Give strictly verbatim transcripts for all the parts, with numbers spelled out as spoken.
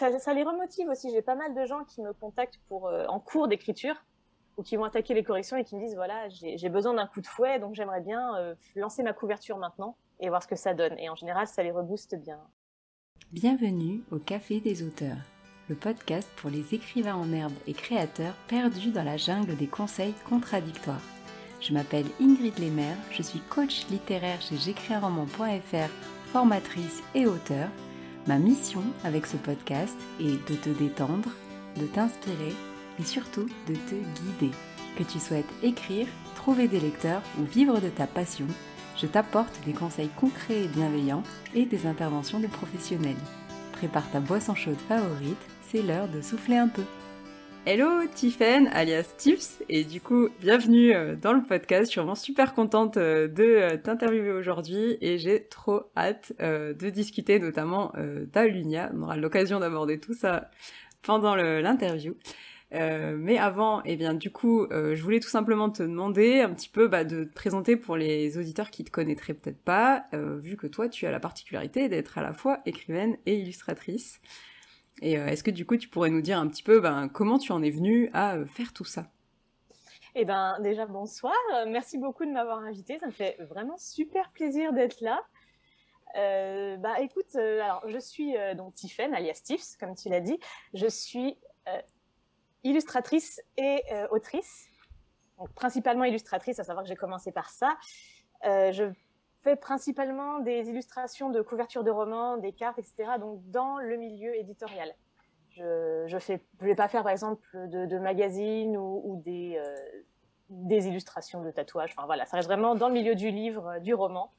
ça, ça les remotive aussi. J'ai pas mal de gens qui me contactent pour, euh, en cours d'écriture ou qui vont attaquer les corrections et qui me disent, voilà, j'ai, j'ai besoin d'un coup de fouet, donc j'aimerais bien euh, lancer ma couverture maintenant et voir ce que ça donne. Et en général, ça les rebooste bien. Bienvenue au Café des auteurs, le podcast pour les écrivains en herbe et créateurs perdus dans la jungle des conseils contradictoires. Je m'appelle Ingrid Lemaire, je suis coach littéraire chez j'écris un roman point f r, formatrice et auteure. Ma mission avec ce podcast est de te détendre, de t'inspirer et surtout de te guider. Que tu souhaites écrire, trouver des lecteurs ou vivre de ta passion, je t'apporte des conseils concrets et bienveillants et des interventions de professionnels. Prépare ta boisson chaude favorite, c'est l'heure de souffler un peu. Hello Tiffen, alias Tips, et du coup, bienvenue dans le podcast. Je suis vraiment super contente de t'interviewer aujourd'hui et j'ai trop hâte de discuter notamment d'Alunia. On aura l'occasion d'aborder tout ça pendant le, l'interview. Euh, mais avant, eh bien, du coup, euh, je voulais tout simplement te demander un petit peu bah, de te présenter pour les auditeurs qui te connaîtraient peut-être pas, euh, vu que toi, tu as la particularité d'être à la fois écrivaine et illustratrice. Et euh, est-ce que du coup, tu pourrais nous dire un petit peu ben, comment tu en es venue à euh, faire tout ça ? Eh ben, déjà, bonsoir. Merci beaucoup de m'avoir invitée. Ça me fait vraiment super plaisir d'être là. Euh, bah, écoute, euh, alors, je suis euh, donc Tiffen, alias Tiffs, comme tu l'as dit. Je suis euh, illustratrice et euh, autrice. Donc, principalement illustratrice, à savoir que j'ai commencé par ça. Euh, je fais principalement des illustrations de couvertures de romans, des cartes, et cetera. Donc, dans le milieu éditorial. Je je fais, je vais pas faire par exemple de, de magazines ou, ou des euh, des illustrations de tatouages. Enfin voilà, ça reste vraiment dans le milieu du livre, du roman.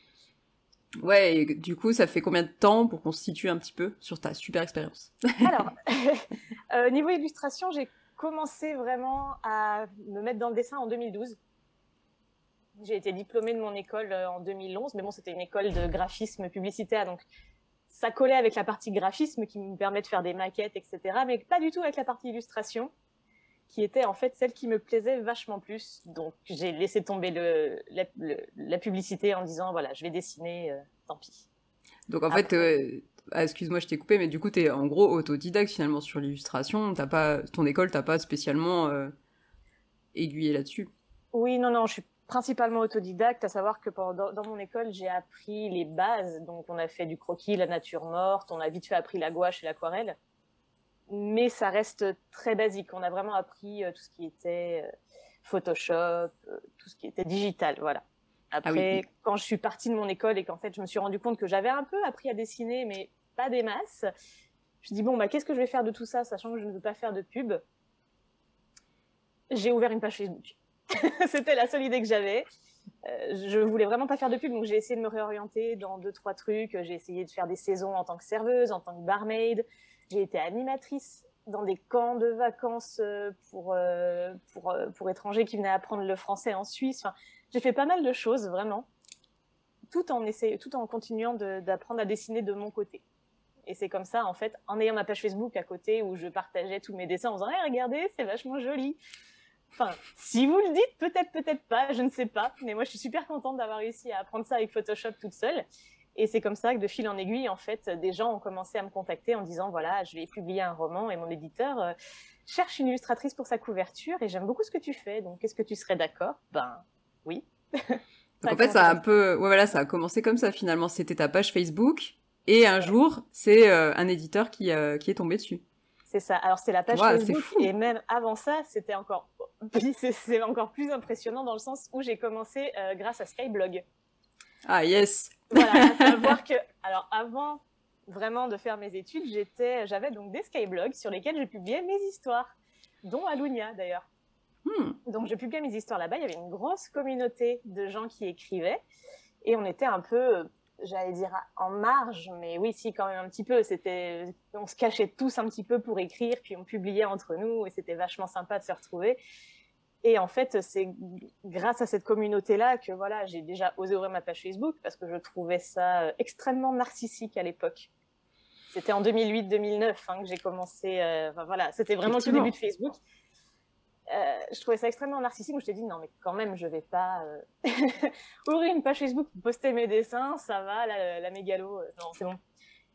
Ouais, et du coup, ça fait combien de temps pour qu'on se situe un petit peu sur ta super expérience ? Alors, euh, niveau illustration, j'ai commencé vraiment à me mettre dans le dessin en deux mille douze. J'ai été diplômée de mon école en deux mille onze, mais bon, c'était une école de graphisme publicitaire, donc ça collait avec la partie graphisme qui me permet de faire des maquettes, et cetera, mais pas du tout avec la partie illustration, qui était en fait celle qui me plaisait vachement plus. Donc j'ai laissé tomber le, la, le, la publicité en disant voilà, je vais dessiner, euh, tant pis. Donc en Après... fait, euh, ah, excuse-moi, je t'ai coupé, mais du coup, t'es en gros autodidacte finalement sur l'illustration. T'as pas, ton école t'a pas spécialement euh, aiguillé là-dessus. Oui, non, non, je suis principalement autodidacte, à savoir que pendant, dans mon école, j'ai appris les bases. Donc on a fait du croquis, la nature morte, on a vite fait appris la gouache et l'aquarelle. Mais ça reste très basique. On a vraiment appris euh, tout ce qui était euh, Photoshop, euh, tout ce qui était digital, voilà. Après, ah oui. Quand je suis partie de mon école et qu'en fait, je me suis rendu compte que j'avais un peu appris à dessiner, mais pas des masses, je me suis dit, bon, bah, qu'est-ce que je vais faire de tout ça, sachant que je ne veux pas faire de pub ? J'ai ouvert une page Facebook. C'était la seule idée que j'avais. Euh, je voulais vraiment pas faire de pub, donc j'ai essayé de me réorienter dans deux, trois trucs. J'ai essayé de faire des saisons en tant que serveuse, en tant que barmaid. J'ai été animatrice dans des camps de vacances pour, euh, pour, euh, pour étrangers qui venaient apprendre le français en Suisse. Enfin, j'ai fait pas mal de choses, vraiment, tout en, essayant, tout en continuant de, d'apprendre à dessiner de mon côté. Et c'est comme ça, en fait, en ayant ma page Facebook à côté où je partageais tous mes dessins en disant hey, « regardez, c'est vachement joli ». Enfin, si vous le dites, peut-être, peut-être pas, je ne sais pas. Mais moi, je suis super contente d'avoir réussi à apprendre ça avec Photoshop toute seule. Et c'est comme ça que de fil en aiguille, en fait, des gens ont commencé à me contacter en disant, voilà, je vais publier un roman et mon éditeur euh, cherche une illustratrice pour sa couverture et j'aime beaucoup ce que tu fais. Donc, est-ce que tu serais d'accord ? Ben, oui. Donc, en fait, ça a un peu, ouais, voilà, ça a commencé comme ça, finalement. C'était ta page Facebook et un ouais. jour, c'est euh, un éditeur qui, euh, qui est tombé dessus. C'est ça. Alors, c'est la page wow, Facebook et même avant ça, c'était encore, c'est, c'est encore plus impressionnant dans le sens où j'ai commencé euh, grâce à Skyblog. Ah, yes. Voilà, à savoir que, alors avant vraiment de faire mes études, j'étais, j'avais donc des skyblogs sur lesquels je publiais mes histoires, dont Alunia d'ailleurs. Hmm. Donc je publiais mes histoires là-bas, il y avait une grosse communauté de gens qui écrivaient et on était un peu, j'allais dire en marge, mais oui, si quand même un petit peu, c'était, on se cachait tous un petit peu pour écrire, puis on publiait entre nous et c'était vachement sympa de se retrouver. Et en fait, c'est grâce à cette communauté-là que voilà, j'ai déjà osé ouvrir ma page Facebook parce que je trouvais ça extrêmement narcissique à l'époque. C'était en deux mille huit deux mille neuf hein, que j'ai commencé. Euh, enfin, voilà, c'était vraiment le début de Facebook. Euh, je trouvais ça extrêmement narcissique. Donc je t'ai dit non, mais quand même, je vais pas euh... ouvrir une page Facebook pour poster mes dessins. Ça va, la, la mégalo. Euh, non, c'est bon.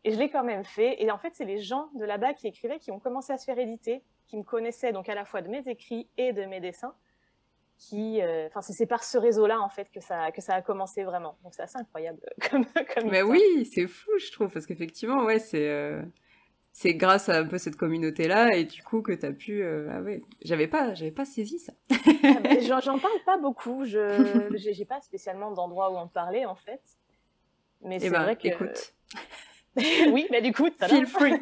Et je l'ai quand même fait. Et en fait, c'est les gens de là-bas qui écrivaient qui ont commencé à se faire éditer, qui me connaissaient donc à la fois de mes écrits et de mes dessins. Qui, euh, enfin, c'est par ce réseau-là en fait que ça, que ça a commencé vraiment. Donc c'est assez incroyable comme, comme Mais histoire. oui, c'est fou, je trouve, parce qu'effectivement, ouais, c'est euh, c'est grâce à un peu cette communauté-là et du coup que t'as pu. Euh, ah ouais, j'avais pas, j'avais pas saisi ça. Ah ben, j'en, j'en parle pas beaucoup. Je, j'ai, j'ai pas spécialement d'endroit où en parler en fait. Mais Eh c'est ben, vrai que. écoute. Oui, bah du coup, feel free.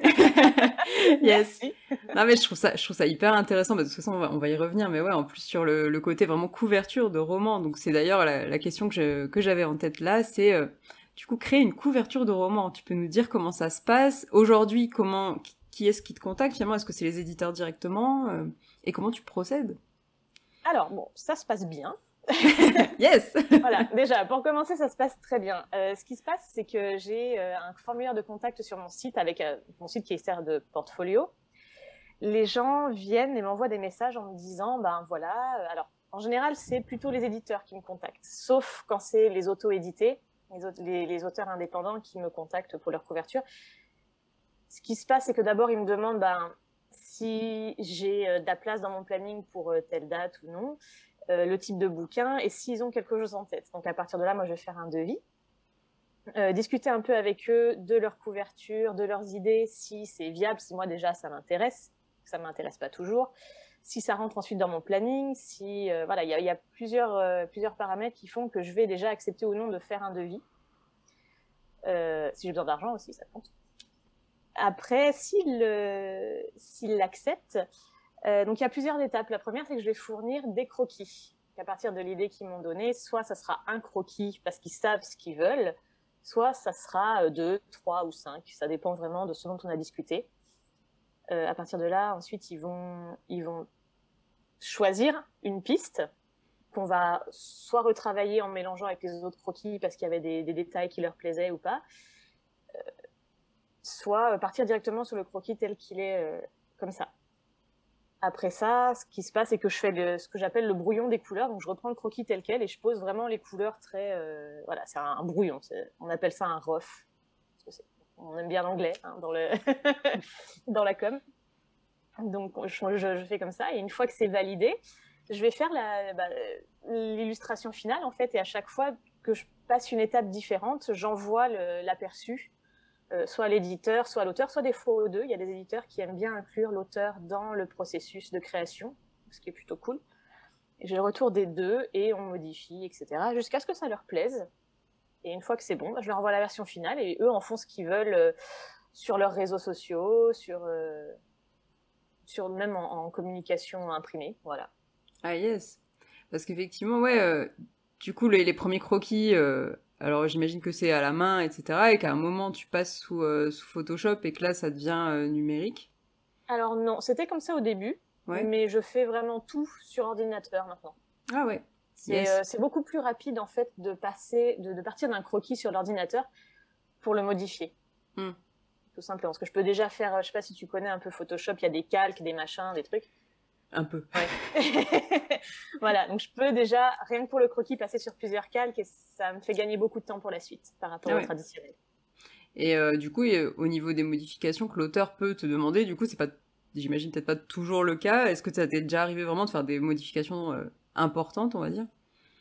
Yes. Merci. Non mais je trouve ça, je trouve ça hyper intéressant. Bah, de toute façon, on va, on va y revenir. Mais ouais, en plus sur le, le côté vraiment couverture de roman. Donc c'est d'ailleurs la, la question que je, que j'avais en tête là, c'est euh, du coup créer une couverture de roman. Tu peux nous dire comment ça se passe aujourd'hui? Comment, qui est-ce qui te contacte finalement? Est-ce que c'est les éditeurs directement euh, et comment tu procèdes? Alors bon, ça se passe bien. Yes. Voilà, déjà, pour commencer, ça se passe très bien. Euh, ce qui se passe, c'est que j'ai euh, un formulaire de contact sur mon site, avec euh, mon site qui sert de portfolio. Les gens viennent et m'envoient des messages en me disant, ben voilà, euh, alors, en général, c'est plutôt les éditeurs qui me contactent, sauf quand c'est les auto-édités, les, les, les auteurs indépendants qui me contactent pour leur couverture. Ce qui se passe, c'est que d'abord, ils me demandent ben, si j'ai euh, de la place dans mon planning pour euh, telle date ou non. Euh, le type de bouquin et s'ils ont quelque chose en tête. Donc à partir de là, moi je vais faire un devis, euh, discuter un peu avec eux de leur couverture, de leurs idées, si c'est viable, si moi déjà ça m'intéresse, ça m'intéresse pas toujours, si ça rentre ensuite dans mon planning, si euh, voilà, il y a, y a plusieurs euh, plusieurs paramètres qui font que je vais déjà accepter ou non de faire un devis. Euh, si j'ai besoin d'argent aussi, ça compte. Après, s'ils euh, s'ils l'acceptent, Euh, donc il y a plusieurs étapes. La première, c'est que je vais fournir des croquis. À partir de l'idée qu'ils m'ont donnée, soit ça sera un croquis parce qu'ils savent ce qu'ils veulent, soit ça sera deux, trois ou cinq. Ça dépend vraiment de ce dont on a discuté. Euh, à partir de là, ensuite, ils vont, ils vont choisir une piste qu'on va soit retravailler en mélangeant avec les autres croquis parce qu'il y avait des, des détails qui leur plaisaient ou pas, euh, soit partir directement sur le croquis tel qu'il est euh, comme ça. Après ça, ce qui se passe, c'est que je fais le, ce que j'appelle le brouillon des couleurs. Donc, je reprends le croquis tel quel et je pose vraiment les couleurs très... Euh, voilà, c'est un, un brouillon. On appelle ça un rough. Parce que on aime bien l'anglais hein, dans, le dans la com. Donc, je, je, je fais comme ça. Et une fois que c'est validé, je vais faire la, bah, l'illustration finale, en fait. Et à chaque fois que je passe une étape différente, j'envoie l'aperçu. Euh, soit à l'éditeur, soit à l'auteur, soit des fois aux deux. Il y a des éditeurs qui aiment bien inclure l'auteur dans le processus de création, ce qui est plutôt cool. Et j'ai le retour des deux et on modifie, et cetera, jusqu'à ce que ça leur plaise. Et une fois que c'est bon, bah, je leur envoie la version finale et eux en font ce qu'ils veulent euh, sur leurs réseaux sociaux, sur, euh, sur même en, en communication imprimée. Voilà. Ah yes. Parce qu'effectivement, ouais, euh, du coup, les, les premiers croquis... Euh... Alors j'imagine que c'est à la main, et cetera. Et qu'à un moment tu passes sous, euh, sous Photoshop et que là ça devient euh, numérique. Alors non, c'était comme ça au début, ouais. Mais je fais vraiment tout sur ordinateur maintenant. Ah ouais. C'est yes. euh, beaucoup plus rapide en fait de passer, de, de partir d'un croquis sur l'ordinateur pour le modifier. Mm. Tout simplement. Parce que je peux déjà faire, je sais pas si tu connais un peu Photoshop, il y a des calques, des machins, des trucs. Un peu. Ouais. Voilà, donc je peux déjà, rien que pour le croquis, passer sur plusieurs calques et ça me fait gagner beaucoup de temps pour la suite par rapport ah ouais. au traditionnel. Et euh, du coup, au niveau des modifications que l'auteur peut te demander, du coup, c'est pas, j'imagine peut-être pas toujours le cas. Est-ce que ça t'est déjà arrivé vraiment de faire des modifications euh, importantes, on va dire?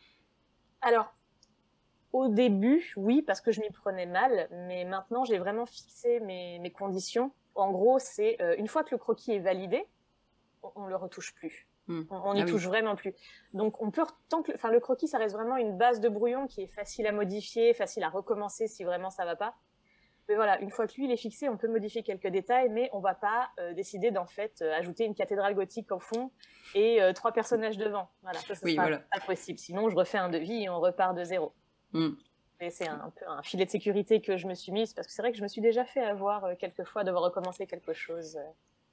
Alors, au début, oui, parce que je m'y prenais mal, mais maintenant j'ai vraiment fixé mes, mes conditions. En gros, c'est euh, une fois que le croquis est validé, on ne le retouche plus. Mmh. On n'y ah touche oui. vraiment plus. Donc, on peut, tant que, enfin, le croquis, ça reste vraiment une base de brouillon qui est facile à modifier, facile à recommencer si vraiment ça ne va pas. Mais voilà, une fois que lui, il est fixé, on peut modifier quelques détails, mais on ne va pas euh, décider d'en fait euh, ajouter une cathédrale gothique au fond et euh, trois personnages devant. Voilà, ça, ce oui, sera voilà. pas possible. Sinon, je refais un devis et on repart de zéro. Mmh. Et c'est un, un peu un filet de sécurité que je me suis mise parce que c'est vrai que je me suis déjà fait avoir euh, quelques fois devoir recommencer quelque chose. Euh,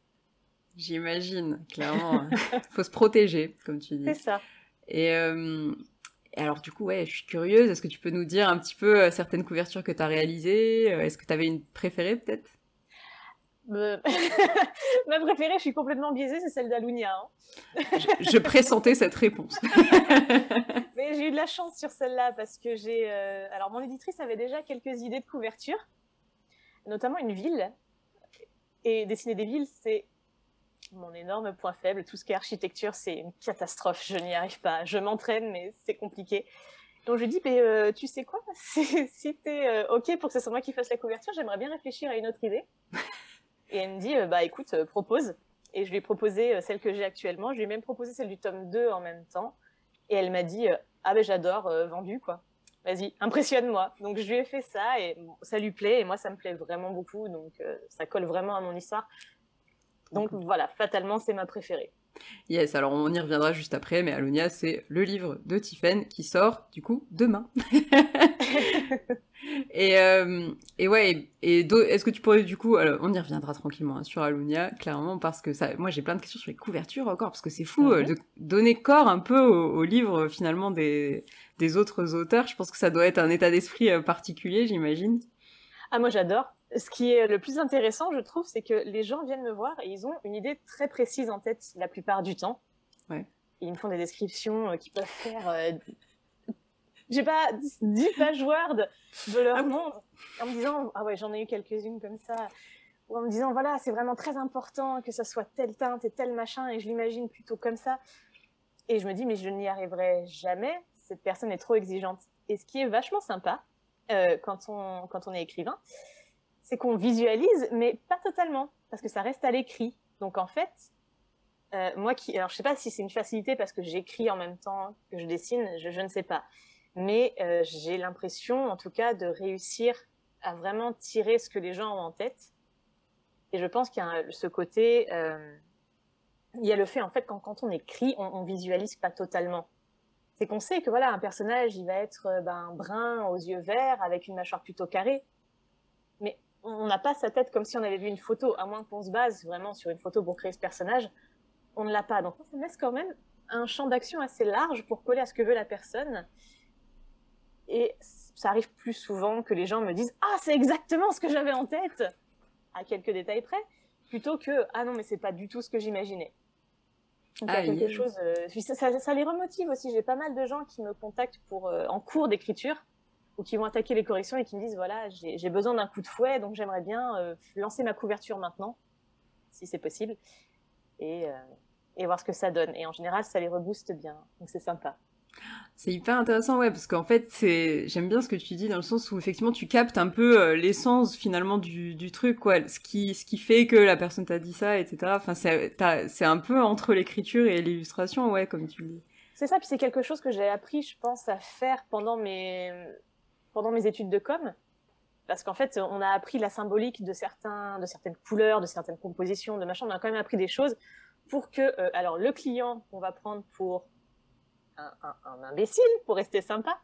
J'imagine, clairement. Faut se protéger, comme tu dis. C'est ça. Et euh, alors, du coup, ouais, je suis curieuse. Est-ce que tu peux nous dire un petit peu euh, certaines couvertures que tu as réalisées? Est-ce que tu avais une préférée, peut-être? Me... Ma préférée, je suis complètement biaisée, c'est celle d'Alunia. Hein. je, je pressentais cette réponse. Mais j'ai eu de la chance sur celle-là parce que j'ai... Euh... Alors, mon éditrice avait déjà quelques idées de couverture. notamment une ville. Et dessiner des villes, c'est mon énorme point faible. Tout ce qui est architecture, c'est une catastrophe. Je n'y arrive pas. Je m'entraîne, mais c'est compliqué. Donc je lui dis, mais euh, tu sais quoi, si, si t'es euh, OK pour que ce soit moi qui fasse la couverture, j'aimerais bien réfléchir à une autre idée. Et elle me dit, euh, bah écoute, euh, propose. Et je lui ai proposé euh, celle que j'ai actuellement. Je lui ai même proposé celle du tome deux en même temps. Et elle m'a dit, euh, ah ben j'adore, euh, vendu quoi. Vas-y, impressionne-moi. Donc je lui ai fait ça et bon, ça lui plaît. Et moi, ça me plaît vraiment beaucoup. Donc euh, ça colle vraiment à mon histoire. Donc mmh. voilà, fatalement, c'est ma préférée. Yes, alors on y reviendra juste après, mais Allonia, c'est le livre de Tiphaine qui sort, du coup, demain. et, euh, et ouais, et, et est-ce que tu pourrais, du coup, alors, on y reviendra tranquillement hein, sur Allonia, clairement, parce que ça, moi j'ai plein de questions sur les couvertures encore, parce que c'est fou mm-hmm. euh, de donner corps un peu au, au livre, finalement, des, des autres auteurs. Je pense que ça doit être un état d'esprit euh, particulier, j'imagine. Ah, moi j'adore. Ce qui est le plus intéressant, je trouve, c'est que les gens viennent me voir et ils ont une idée très précise en tête la plupart du temps. Ouais. Et ils me font des descriptions euh, qui peuvent faire, euh, j'ai pas, dix pages Word de leur monde, en me disant, ah ouais, j'en ai eu quelques-unes comme ça, ou en me disant, voilà, c'est vraiment très important que ça soit telle teinte et tel machin, et je l'imagine plutôt comme ça. Et je me dis, mais je n'y arriverai jamais, cette personne est trop exigeante. Et ce qui est vachement sympa, euh, quand on, quand on est écrivain, c'est qu'on visualise, mais pas totalement, parce que ça reste à l'écrit. Donc en fait, euh, moi qui... Alors je sais pas si c'est une facilité parce que j'écris en même temps que je dessine, je, je ne sais pas. Mais euh, j'ai l'impression, en tout cas, de réussir à vraiment tirer ce que les gens ont en tête. Et je pense qu'il y a un, ce côté... Euh, il y a le fait, en fait, quand, quand on écrit, on, on visualise pas totalement. C'est qu'on sait que voilà, un personnage, il va être ben, brun aux yeux verts, avec une mâchoire plutôt carrée. Mais on n'a pas sa tête comme si on avait vu une photo, à moins qu'on se base vraiment sur une photo pour créer ce personnage. On ne l'a pas. Donc ça laisse quand même un champ d'action assez large pour coller à ce que veut la personne. Et ça arrive plus souvent que les gens me disent « Ah, c'est exactement ce que j'avais en tête !» à quelques détails près, plutôt que « Ah non, mais c'est pas du tout ce que j'imaginais !» Donc il y a quelque chose... Euh, ça, ça, ça les remotive aussi. J'ai pas mal de gens qui me contactent pour, euh, en cours d'écriture, ou qui vont attaquer les corrections et qui me disent, voilà, j'ai, j'ai besoin d'un coup de fouet, donc j'aimerais bien euh, lancer ma couverture maintenant, si c'est possible, et, euh, et voir ce que ça donne. Et en général, ça les rebooste bien, donc c'est sympa. C'est hyper intéressant, ouais, parce qu'en fait, c'est... j'aime bien ce que tu dis dans le sens où, effectivement, tu captes un peu euh, l'essence, finalement, du, du truc, quoi, ce qui, ce qui fait que la personne t'a dit ça, et cetera. Enfin, c'est, t'as... c'est un peu entre l'écriture et l'illustration, ouais, comme tu le dis. C'est ça, puis c'est quelque chose que j'ai appris, je pense, à faire pendant mes... pendant mes études de com, parce qu'en fait, on a appris la symbolique de, certains, de certaines couleurs, de certaines compositions, de machin, on a quand même appris des choses pour que, euh, alors, le client qu'on va prendre pour un, un, un imbécile, pour rester sympa,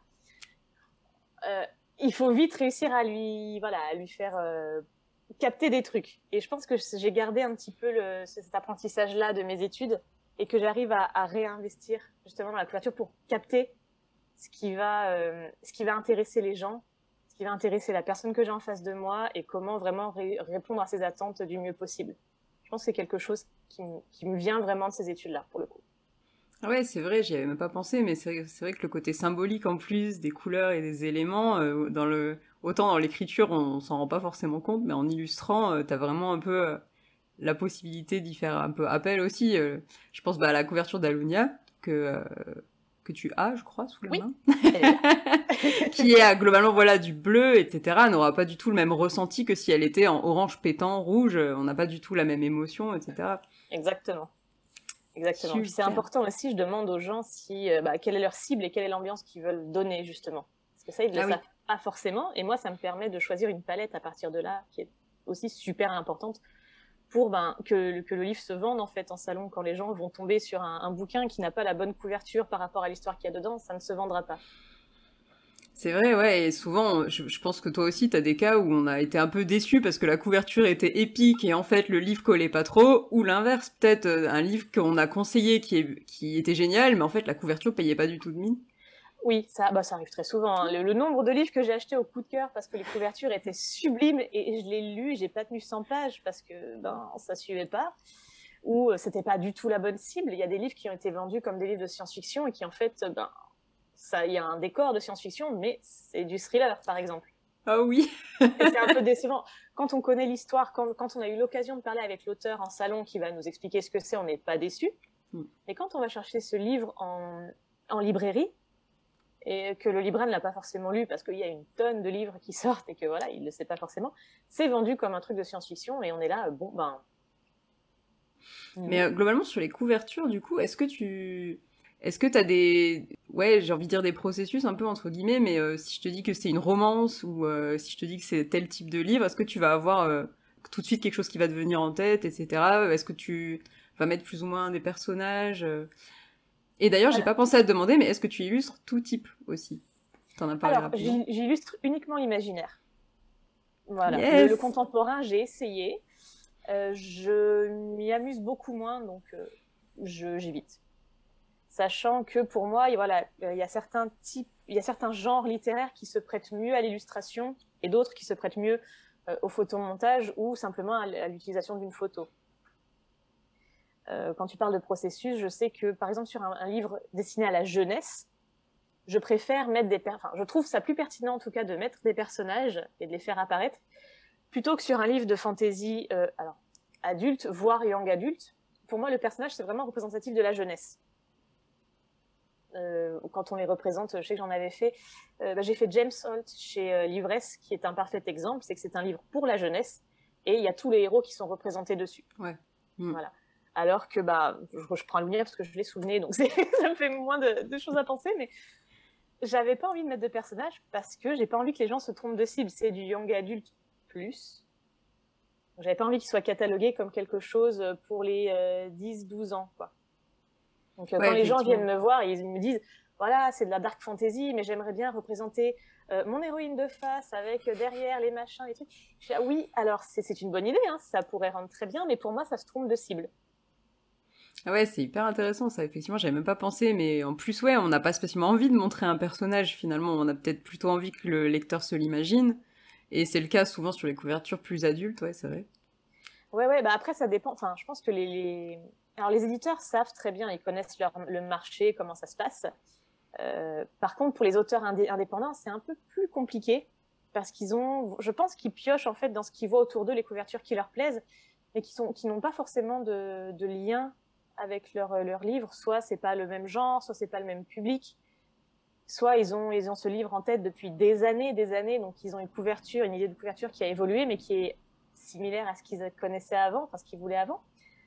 euh, il faut vite réussir à lui, voilà, à lui faire euh, capter des trucs. Et je pense que j'ai gardé un petit peu le, cet apprentissage-là de mes études et que j'arrive à, à réinvestir justement dans la couverture pour capter ce qui va, euh, ce qui va intéresser les gens, ce qui va intéresser la personne que j'ai en face de moi et comment vraiment ré- répondre à ses attentes du mieux possible. Je pense que c'est quelque chose qui, m- qui me vient vraiment de ces études-là, pour le coup. Ouais, c'est vrai, j'y avais même pas pensé, mais c'est, c'est vrai que le côté symbolique en plus, des couleurs et des éléments, euh, dans le, autant dans l'écriture, on, on s'en rend pas forcément compte, mais en illustrant, euh, t'as vraiment un peu euh, la possibilité d'y faire un peu appel aussi. Euh, je pense bah, à la couverture d'Allonia, que... Euh, que tu as, je crois, sous la oui, main, qui est globalement voilà du bleu, et cetera, n'aura pas du tout le même ressenti que si elle était en orange pétant, rouge, on n'a pas du tout la même émotion, et cetera. Exactement. Exactement. Puis c'est important aussi, je demande aux gens si, euh, bah, quelle est leur cible et quelle est l'ambiance qu'ils veulent donner, justement. Parce que ça, ils ne le ah savent oui. pas forcément, et moi, ça me permet de choisir une palette à partir de là, qui est aussi super importante, pour ben, que, que le livre se vende en fait en salon. Quand les gens vont tomber sur un, un bouquin qui n'a pas la bonne couverture par rapport à l'histoire qu'il y a dedans, ça ne se vendra pas. C'est vrai, ouais, et souvent, je, je pense que toi aussi, t'as des cas où on a été un peu déçus parce que la couverture était épique et en fait le livre collait pas trop, ou l'inverse, peut-être un livre qu'on a conseillé qui, est, qui était génial, mais en fait la couverture payait pas du tout de mine. Oui, ça, bah, ça arrive très souvent. Hein. Le, le nombre de livres que j'ai achetés au coup de cœur parce que les couvertures étaient sublimes et, et je l'ai lu et j'ai pas tenu cent pages parce que ben, ça suivait pas. Ou euh, c'était pas du tout la bonne cible. Il y a des livres qui ont été vendus comme des livres de science-fiction et qui en fait, ben, ça, il y a un décor de science-fiction, mais c'est du thriller par exemple. Ah oui. Et c'est un peu décevant. Quand on connaît l'histoire, quand, quand on a eu l'occasion de parler avec l'auteur en salon qui va nous expliquer ce que c'est, on n'est pas déçu. Mm. Mais quand on va chercher ce livre en, en librairie, et que le libraire ne l'a pas forcément lu parce qu'il y a une tonne de livres qui sortent et que voilà, il ne le sait pas forcément, c'est vendu comme un truc de science-fiction et on est là, bon, ben... Mais euh, globalement, sur les couvertures, du coup, est-ce que tu... Est-ce que t'as des... Ouais, j'ai envie de dire des processus un peu entre guillemets, mais euh, si je te dis que c'est une romance ou euh, si je te dis que c'est tel type de livre, est-ce que tu vas avoir euh, tout de suite quelque chose qui va te venir en tête, et cetera. Est-ce que tu vas mettre plus ou moins des personnages euh... Et d'ailleurs, j'ai pas pensé à te demander, mais est-ce que tu illustres tout type aussi? T'en as parlé Alors, rapidement. j'illustre uniquement l'imaginaire. Voilà. Yes. Le, le contemporain, j'ai essayé. Euh, je m'y amuse beaucoup moins, donc euh, je, j'évite. Sachant que pour moi, il voilà, euh, y a certains types, il y a certains genres littéraires qui se prêtent mieux à l'illustration et d'autres qui se prêtent mieux euh, au photomontage ou simplement à, à l'utilisation d'une photo. Euh, quand tu parles de processus, je sais que par exemple sur un, un livre destiné à la jeunesse, je préfère mettre des, per... enfin, je trouve ça plus pertinent en tout cas de mettre des personnages et de les faire apparaître plutôt que sur un livre de fantasy, euh, alors adulte, voire young adulte. Pour moi, le personnage c'est vraiment représentatif de la jeunesse. Euh, quand on les représente, je sais que j'en avais fait, euh, bah, j'ai fait James Holt chez euh, Livresse, qui est un parfait exemple, c'est que c'est un livre pour la jeunesse, et il y a tous les héros qui sont représentés dessus. Ouais. Mm. Voilà. Alors que, bah, je, je prends le lumière parce que je l'ai souvenu, donc ça me fait moins de, de choses à penser, mais j'avais pas envie de mettre de personnage parce que j'ai pas envie que les gens se trompent de cible. C'est du young adulte plus. J'avais pas envie qu'il soit catalogué comme quelque chose pour les euh, dix douze ans, quoi. Donc, euh, ouais, quand les gens viennent me voir, ils me disent, voilà, c'est de la dark fantasy, mais j'aimerais bien représenter euh, mon héroïne de face avec euh, derrière les machins, les trucs. Je dis, ah, oui, alors c'est, c'est une bonne idée, hein, ça pourrait rendre très bien, mais pour moi, ça se trompe de cible. Ah ouais, c'est hyper intéressant ça, effectivement, j'avais même pas pensé, mais en plus, ouais, on n'a pas spécialement envie de montrer un personnage, finalement, on a peut-être plutôt envie que le lecteur se l'imagine, et c'est le cas souvent sur les couvertures plus adultes, ouais, c'est vrai. Ouais, ouais, bah après, ça dépend, enfin, je pense que les... les... Alors, les éditeurs savent très bien, ils connaissent leur, le marché, comment ça se passe. Euh, par contre, pour les auteurs indé- indépendants, c'est un peu plus compliqué, parce qu'ils ont, je pense qu'ils piochent, en fait, dans ce qu'ils voient autour d'eux, les couvertures qui leur plaisent, mais qui, sont, qui n'ont pas forcément de, de lien avec leur, leur livre. Soit c'est pas le même genre, soit c'est pas le même public, soit ils ont, ils ont ce livre en tête depuis des années, des années, donc ils ont une couverture, une idée de couverture qui a évolué, mais qui est similaire à ce qu'ils connaissaient avant, enfin ce qu'ils voulaient avant.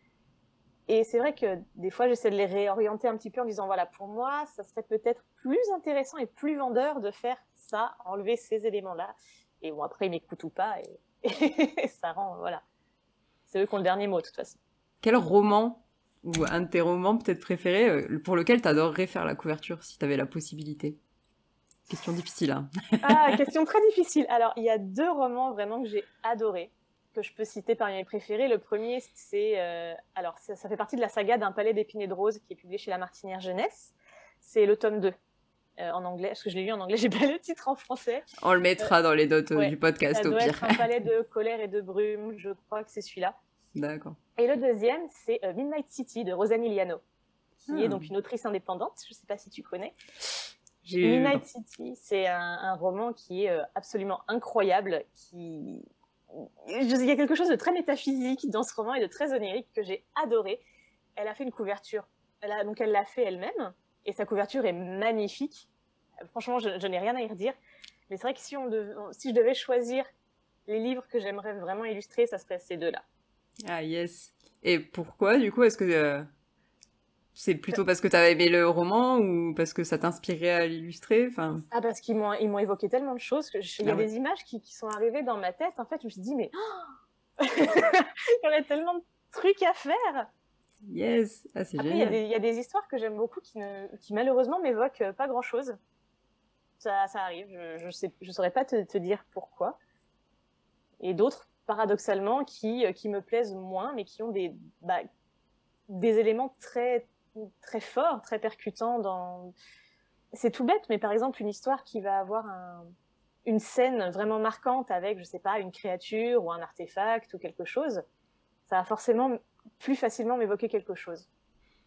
Et c'est vrai que des fois, j'essaie de les réorienter un petit peu en disant, voilà, pour moi, ça serait peut-être plus intéressant et plus vendeur de faire ça, enlever ces éléments-là. Et bon, après, ils m'écoutent ou pas, et, et ça rend, voilà. C'est eux qui ont le dernier mot, de toute façon. Quel roman, ou un de tes romans peut-être préférés, pour lequel t'adorerais faire la couverture, si t'avais la possibilité? Question difficile, hein. Ah, question très difficile. Alors, il y a deux romans vraiment que j'ai adorés, que je peux citer parmi mes préférés. Le premier, c'est... Euh, alors, ça, ça fait partie de la saga d'Un palais d'épines et de roses, qui est publié chez La Martinière Jeunesse. C'est le tome deux, euh, en anglais, parce que je l'ai lu en anglais, j'ai pas le titre en français. On le mettra euh, dans les notes ouais, du podcast, au pire. Ça doit être Un palais de colère et de brume, je crois que c'est celui-là. D'accord. Et le deuxième, c'est euh, Midnight City, de Rosanne Iliano, qui hmm. est donc une autrice indépendante, je sais pas si tu connais. J'ai Midnight eu... City, c'est un, un roman qui est euh, absolument incroyable, qui... Il y a quelque chose de très métaphysique dans ce roman et de très onirique que j'ai adoré. Elle a fait une couverture, elle a, donc elle l'a fait elle-même, et sa couverture est magnifique. Franchement, je, je n'ai rien à y redire. Mais c'est vrai que si, on dev... si je devais choisir les livres que j'aimerais vraiment illustrer, ça serait ces deux-là. Ah yes. Et pourquoi, du coup, est-ce que... Euh... C'est plutôt parce que tu avais aimé le roman ou parce que ça t'inspirait à l'illustrer, enfin... Ah, parce qu'ils m'ont, ils m'ont évoqué tellement de choses que je, il y a ah ouais. des images qui, qui sont arrivées dans ma tête. En fait, je me suis dit, mais oh il y aurait tellement de trucs à faire. Yes, ah, c'est Après, génial. Après, il y a des histoires que j'aime beaucoup qui, ne, qui malheureusement m'évoquent pas grand-chose. Ça, ça arrive, je ne sais, je saurais pas te, te dire pourquoi. Et d'autres, paradoxalement, qui, qui me plaisent moins, mais qui ont des, bah, des éléments très... très fort, très percutant dans... C'est tout bête, mais par exemple, une histoire qui va avoir un... une scène vraiment marquante avec, je sais pas, une créature ou un artefact ou quelque chose, ça va forcément plus facilement m'évoquer quelque chose.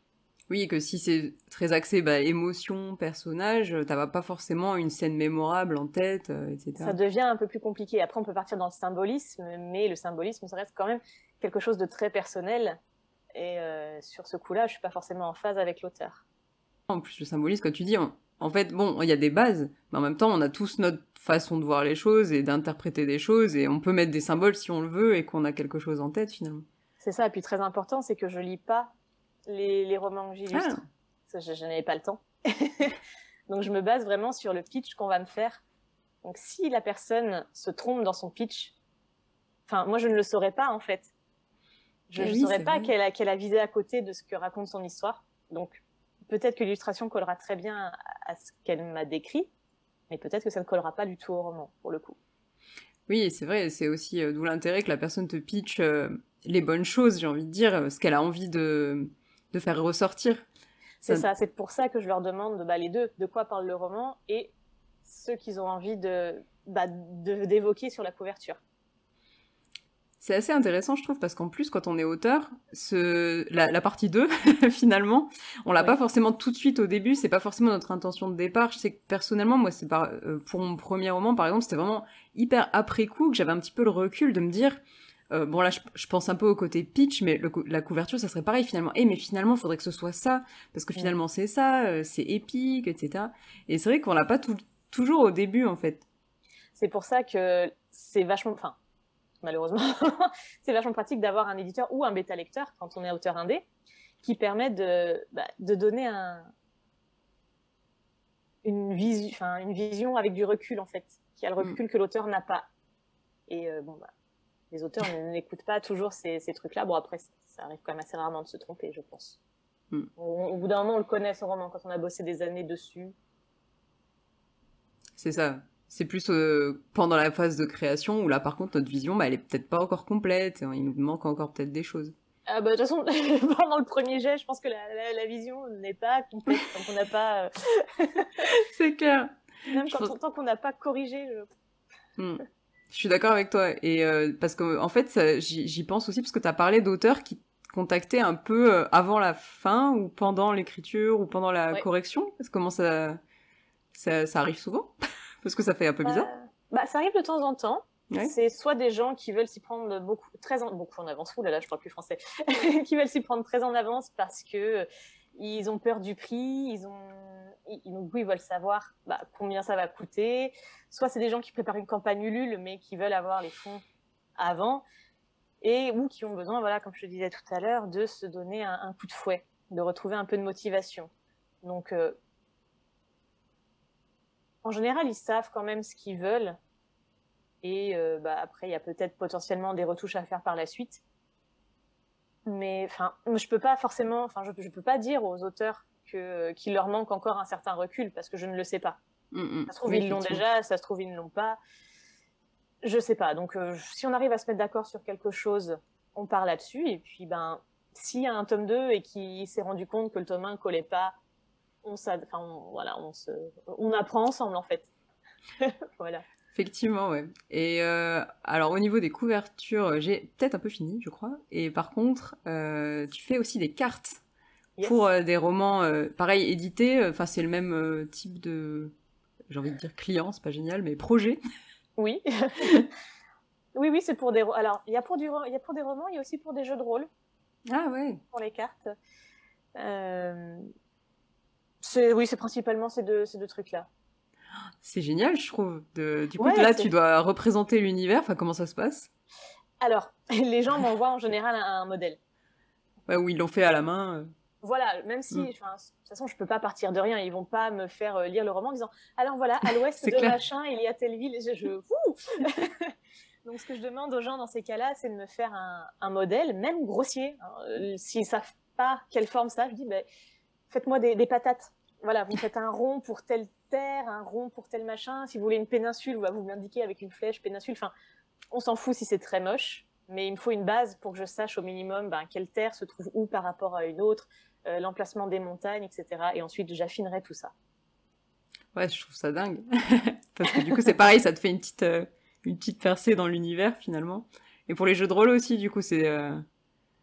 Oui, que si c'est très axé bah, émotion, personnage, t'as pas forcément une scène mémorable en tête, euh, et cetera. Ça devient un peu plus compliqué. Après, on peut partir dans le symbolisme, mais le symbolisme, ça reste quand même quelque chose de très personnel. Et euh, sur ce coup-là, je suis pas forcément en phase avec l'auteur. En plus, le symbolisme, quand tu dis, on... en fait, bon, il y a des bases, mais en même temps, on a tous notre façon de voir les choses et d'interpréter des choses, et on peut mettre des symboles si on le veut et qu'on a quelque chose en tête, finalement. C'est ça. Et puis, très important, c'est que je lis pas les, les romans que j'illustre. Ah. Je, je n'avais pas le temps. Donc, je me base vraiment sur le pitch qu'on va me faire. Donc, si la personne se trompe dans son pitch, enfin, moi, je ne le saurais pas, en fait. Je ne oui, saurais pas qu'elle a, qu'elle a visé à côté de ce que raconte son histoire. Donc, peut-être que l'illustration collera très bien à ce qu'elle m'a décrit, mais peut-être que ça ne collera pas du tout au roman, pour le coup. Oui, c'est vrai, c'est aussi euh, d'où l'intérêt que la personne te pitche euh, les bonnes choses, j'ai envie de dire, ce qu'elle a envie de, de faire ressortir. C'est ça, ça c'est pour ça que je leur demande bah, les deux, de quoi parle le roman et ce qu'ils ont envie de, bah, de, d'évoquer sur la couverture. C'est assez intéressant, je trouve, parce qu'en plus, quand on est auteur, ce... la, la partie deux, finalement, on l'a oui. pas forcément tout de suite au début, c'est pas forcément notre intention de départ. Je sais que personnellement, moi, c'est par... euh, pour mon premier roman, par exemple, c'était vraiment hyper après coup que j'avais un petit peu le recul de me dire, euh, bon là, je, je pense un peu au côté pitch, mais le, la couverture, ça serait pareil finalement. Eh, mais finalement, il faudrait que ce soit ça, parce que finalement, oui. c'est ça, euh, c'est épique, et cetera. Et c'est vrai qu'on l'a pas tout, toujours au début, en fait. C'est pour ça que c'est vachement... Enfin, malheureusement, c'est vachement pratique d'avoir un éditeur ou un bêta-lecteur, quand on est auteur indé, qui permet de, bah, de donner un, une, visu, enfin, une vision avec du recul, en fait, qui a le recul mm. que l'auteur n'a pas. Et euh, bon, bah, les auteurs n'écoutent pas toujours ces, ces trucs-là. Bon, après, ça, ça arrive quand même assez rarement de se tromper, je pense. Mm. Au, au bout d'un moment, on le connaît, son roman, quand on a bossé des années dessus. C'est ça. C'est plus euh, pendant la phase de création où là, par contre, notre vision, bah, elle est peut-être pas encore complète. Il nous manque encore peut-être des choses. Ah bah, de toute façon, pendant le premier jet, je pense que la, la, la vision n'est pas complète tant qu'on n'a pas... Euh... C'est clair. Même quand, pense... tant qu'on n'a pas corrigé. Je... Hmm. Je suis d'accord avec toi. Et euh, parce que en fait, ça, j'y, j'y pense aussi parce que tu as parlé d'auteurs qui contactaient un peu euh, avant la fin ou pendant l'écriture ou pendant la ouais. correction. Comment ça, ça, ça arrive souvent? Parce que ça fait un peu bizarre. Euh, bah, ça arrive de temps en temps. Ouais. C'est soit des gens qui veulent s'y prendre beaucoup, très en, beaucoup en avance. Ouh là là, je parle plus français. Qui veulent s'y prendre très en avance parce que euh, ils ont peur du prix, ils ont, ils, donc ils veulent savoir bah, combien ça va coûter. Soit c'est des gens qui préparent une campagne Ulule mais qui veulent avoir les fonds avant et ou qui ont besoin, voilà, comme je te disais tout à l'heure, de se donner un, un coup de fouet, de retrouver un peu de motivation. Donc euh, en général, ils savent quand même ce qu'ils veulent. Et euh, bah, après, il y a peut-être potentiellement des retouches à faire par la suite. Mais enfin, je peux pas forcément, enfin, je, je peux pas dire aux auteurs que qu'il leur manque encore un certain recul parce que je ne le sais pas. Mm-hmm. Ça se trouve, oui, ils l'ont déjà, ça se trouve, ils ne l'ont pas. Je sais pas. Donc, euh, si on arrive à se mettre d'accord sur quelque chose, on part là-dessus. Et puis, ben, s'il y a un tome deux et qu'il s'est rendu compte que le tome un ne collait pas, on, enfin, on, voilà, on, se, on apprend ensemble, en fait. Voilà. Effectivement, ouais. Et euh, alors, au niveau des couvertures, j'ai peut-être un peu fini, je crois. Et par contre, euh, tu fais aussi des cartes yes. pour euh, des romans, euh, pareil, édités. Enfin, c'est le même euh, type de, j'ai envie de dire client, c'est pas génial, mais projet. Oui. oui, oui, c'est pour des... Alors, il y a pour, du... il y a pour des romans, il y a aussi pour des jeux de rôle. Ah ouais. Pour les cartes. Euh... C'est... Oui, c'est principalement ces deux, ces deux trucs-là. C'est génial, je trouve. De... Du coup, ouais, là, c'est... tu dois représenter l'univers. Enfin, comment ça se passe? Alors, les gens m'envoient en général un, un modèle. Ouais, où ils l'ont fait à la main. Voilà, même si, mm. de toute façon, je peux pas partir de rien. Ils vont pas me faire lire le roman en disant « Alors voilà, à l'ouest de clair. machin, il y a telle ville. » Et je... je... Donc, ce que je demande aux gens dans ces cas-là, c'est de me faire un, un modèle, même grossier. Alors, s'ils savent pas quelle forme ça, je dis bah, « Faites-moi des, des patates. » Voilà, vous faites un rond pour telle terre, un rond pour tel machin. Si vous voulez une péninsule, vous l'indiquez avec une flèche, péninsule. Enfin, on s'en fout si c'est très moche, mais il me faut une base pour que je sache au minimum ben, quelle terre se trouve où par rapport à une autre, euh, l'emplacement des montagnes, et cetera. Et ensuite, j'affinerai tout ça. Ouais, je trouve ça dingue. Parce que du coup, c'est pareil, ça te fait une petite, euh, une petite percée dans l'univers, finalement. Et pour les jeux de rôle aussi, du coup, c'est... Euh...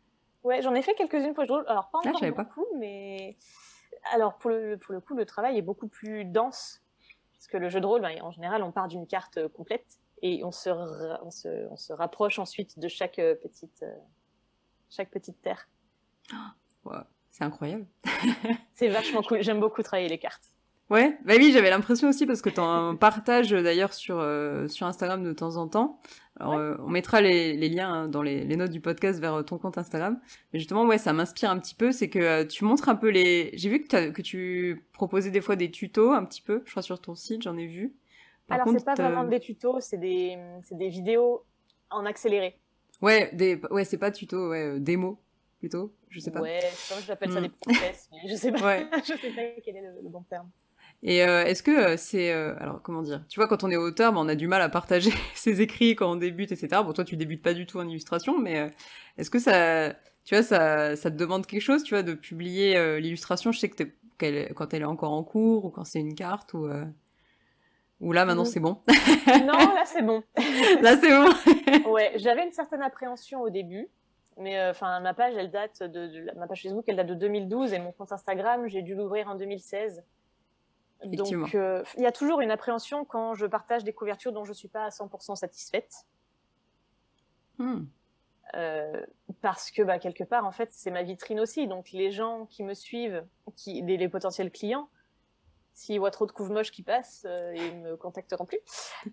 Ouais, j'en ai fait quelques-unes pour les jeux de rôle. Alors, pas Ah, je encore savais pas. beaucoup, mais... Alors, pour le, pour le coup, le travail est beaucoup plus dense. Parce que le jeu de rôle, ben, en général, on part d'une carte complète et on se, ra- on se, on se rapproche ensuite de chaque petite, euh, chaque petite terre. Ouais, c'est incroyable. C'est vachement cool. J'aime beaucoup travailler les cartes. Ouais, bah oui, j'avais l'impression aussi parce que t'en partages d'ailleurs sur euh, sur Instagram de temps en temps. Alors Ouais. euh, on mettra les, les liens hein, dans les, les notes du podcast vers ton compte Instagram. Mais justement, ouais, ça m'inspire un petit peu, c'est que euh, tu montres un peu les. J'ai vu que t'as- que tu proposais des fois des tutos un petit peu, je crois sur ton site, j'en ai vu. Par Alors, contre, c'est pas t'as- vraiment des tutos, c'est des, c'est des vidéos en accéléré. ouais, des ouais, c'est pas tuto, ouais, euh, démo plutôt, je sais pas. Ouais, je sais pas, j'appelle ça Hmm. des process, mais je sais pas, Ouais. je sais pas quel est le, le bon terme. Et euh, est-ce que euh, c'est... euh, alors, comment dire? Tu vois, quand on est auteur, ben, on a du mal à partager ses écrits quand on débute, et cetera. Bon, toi, tu débutes pas du tout en illustration, mais euh, est-ce que ça... Tu vois, ça, ça te demande quelque chose, tu vois, de publier euh, l'illustration? Je sais que t'es- qu'elle est- quand elle est encore en cours, ou quand c'est une carte, ou... euh, ou là, maintenant, Mm. c'est bon. Non, là, c'est bon. Là, c'est bon. Ouais, j'avais une certaine appréhension au début, mais enfin, ma page, elle date de, de- ma page Facebook, elle date de deux mille douze, et mon compte Instagram, j'ai dû l'ouvrir en deux mille seize. Effectivement. Donc, euh, il y a toujours une appréhension quand je partage des couvertures dont je suis pas à cent pour cent satisfaite. Hmm. Euh, parce que bah, quelque part, en fait, c'est ma vitrine aussi. Donc, les gens qui me suivent, qui, les, les potentiels clients, s'ils voient trop de couves moches qui passent, euh, ils me contacteront plus.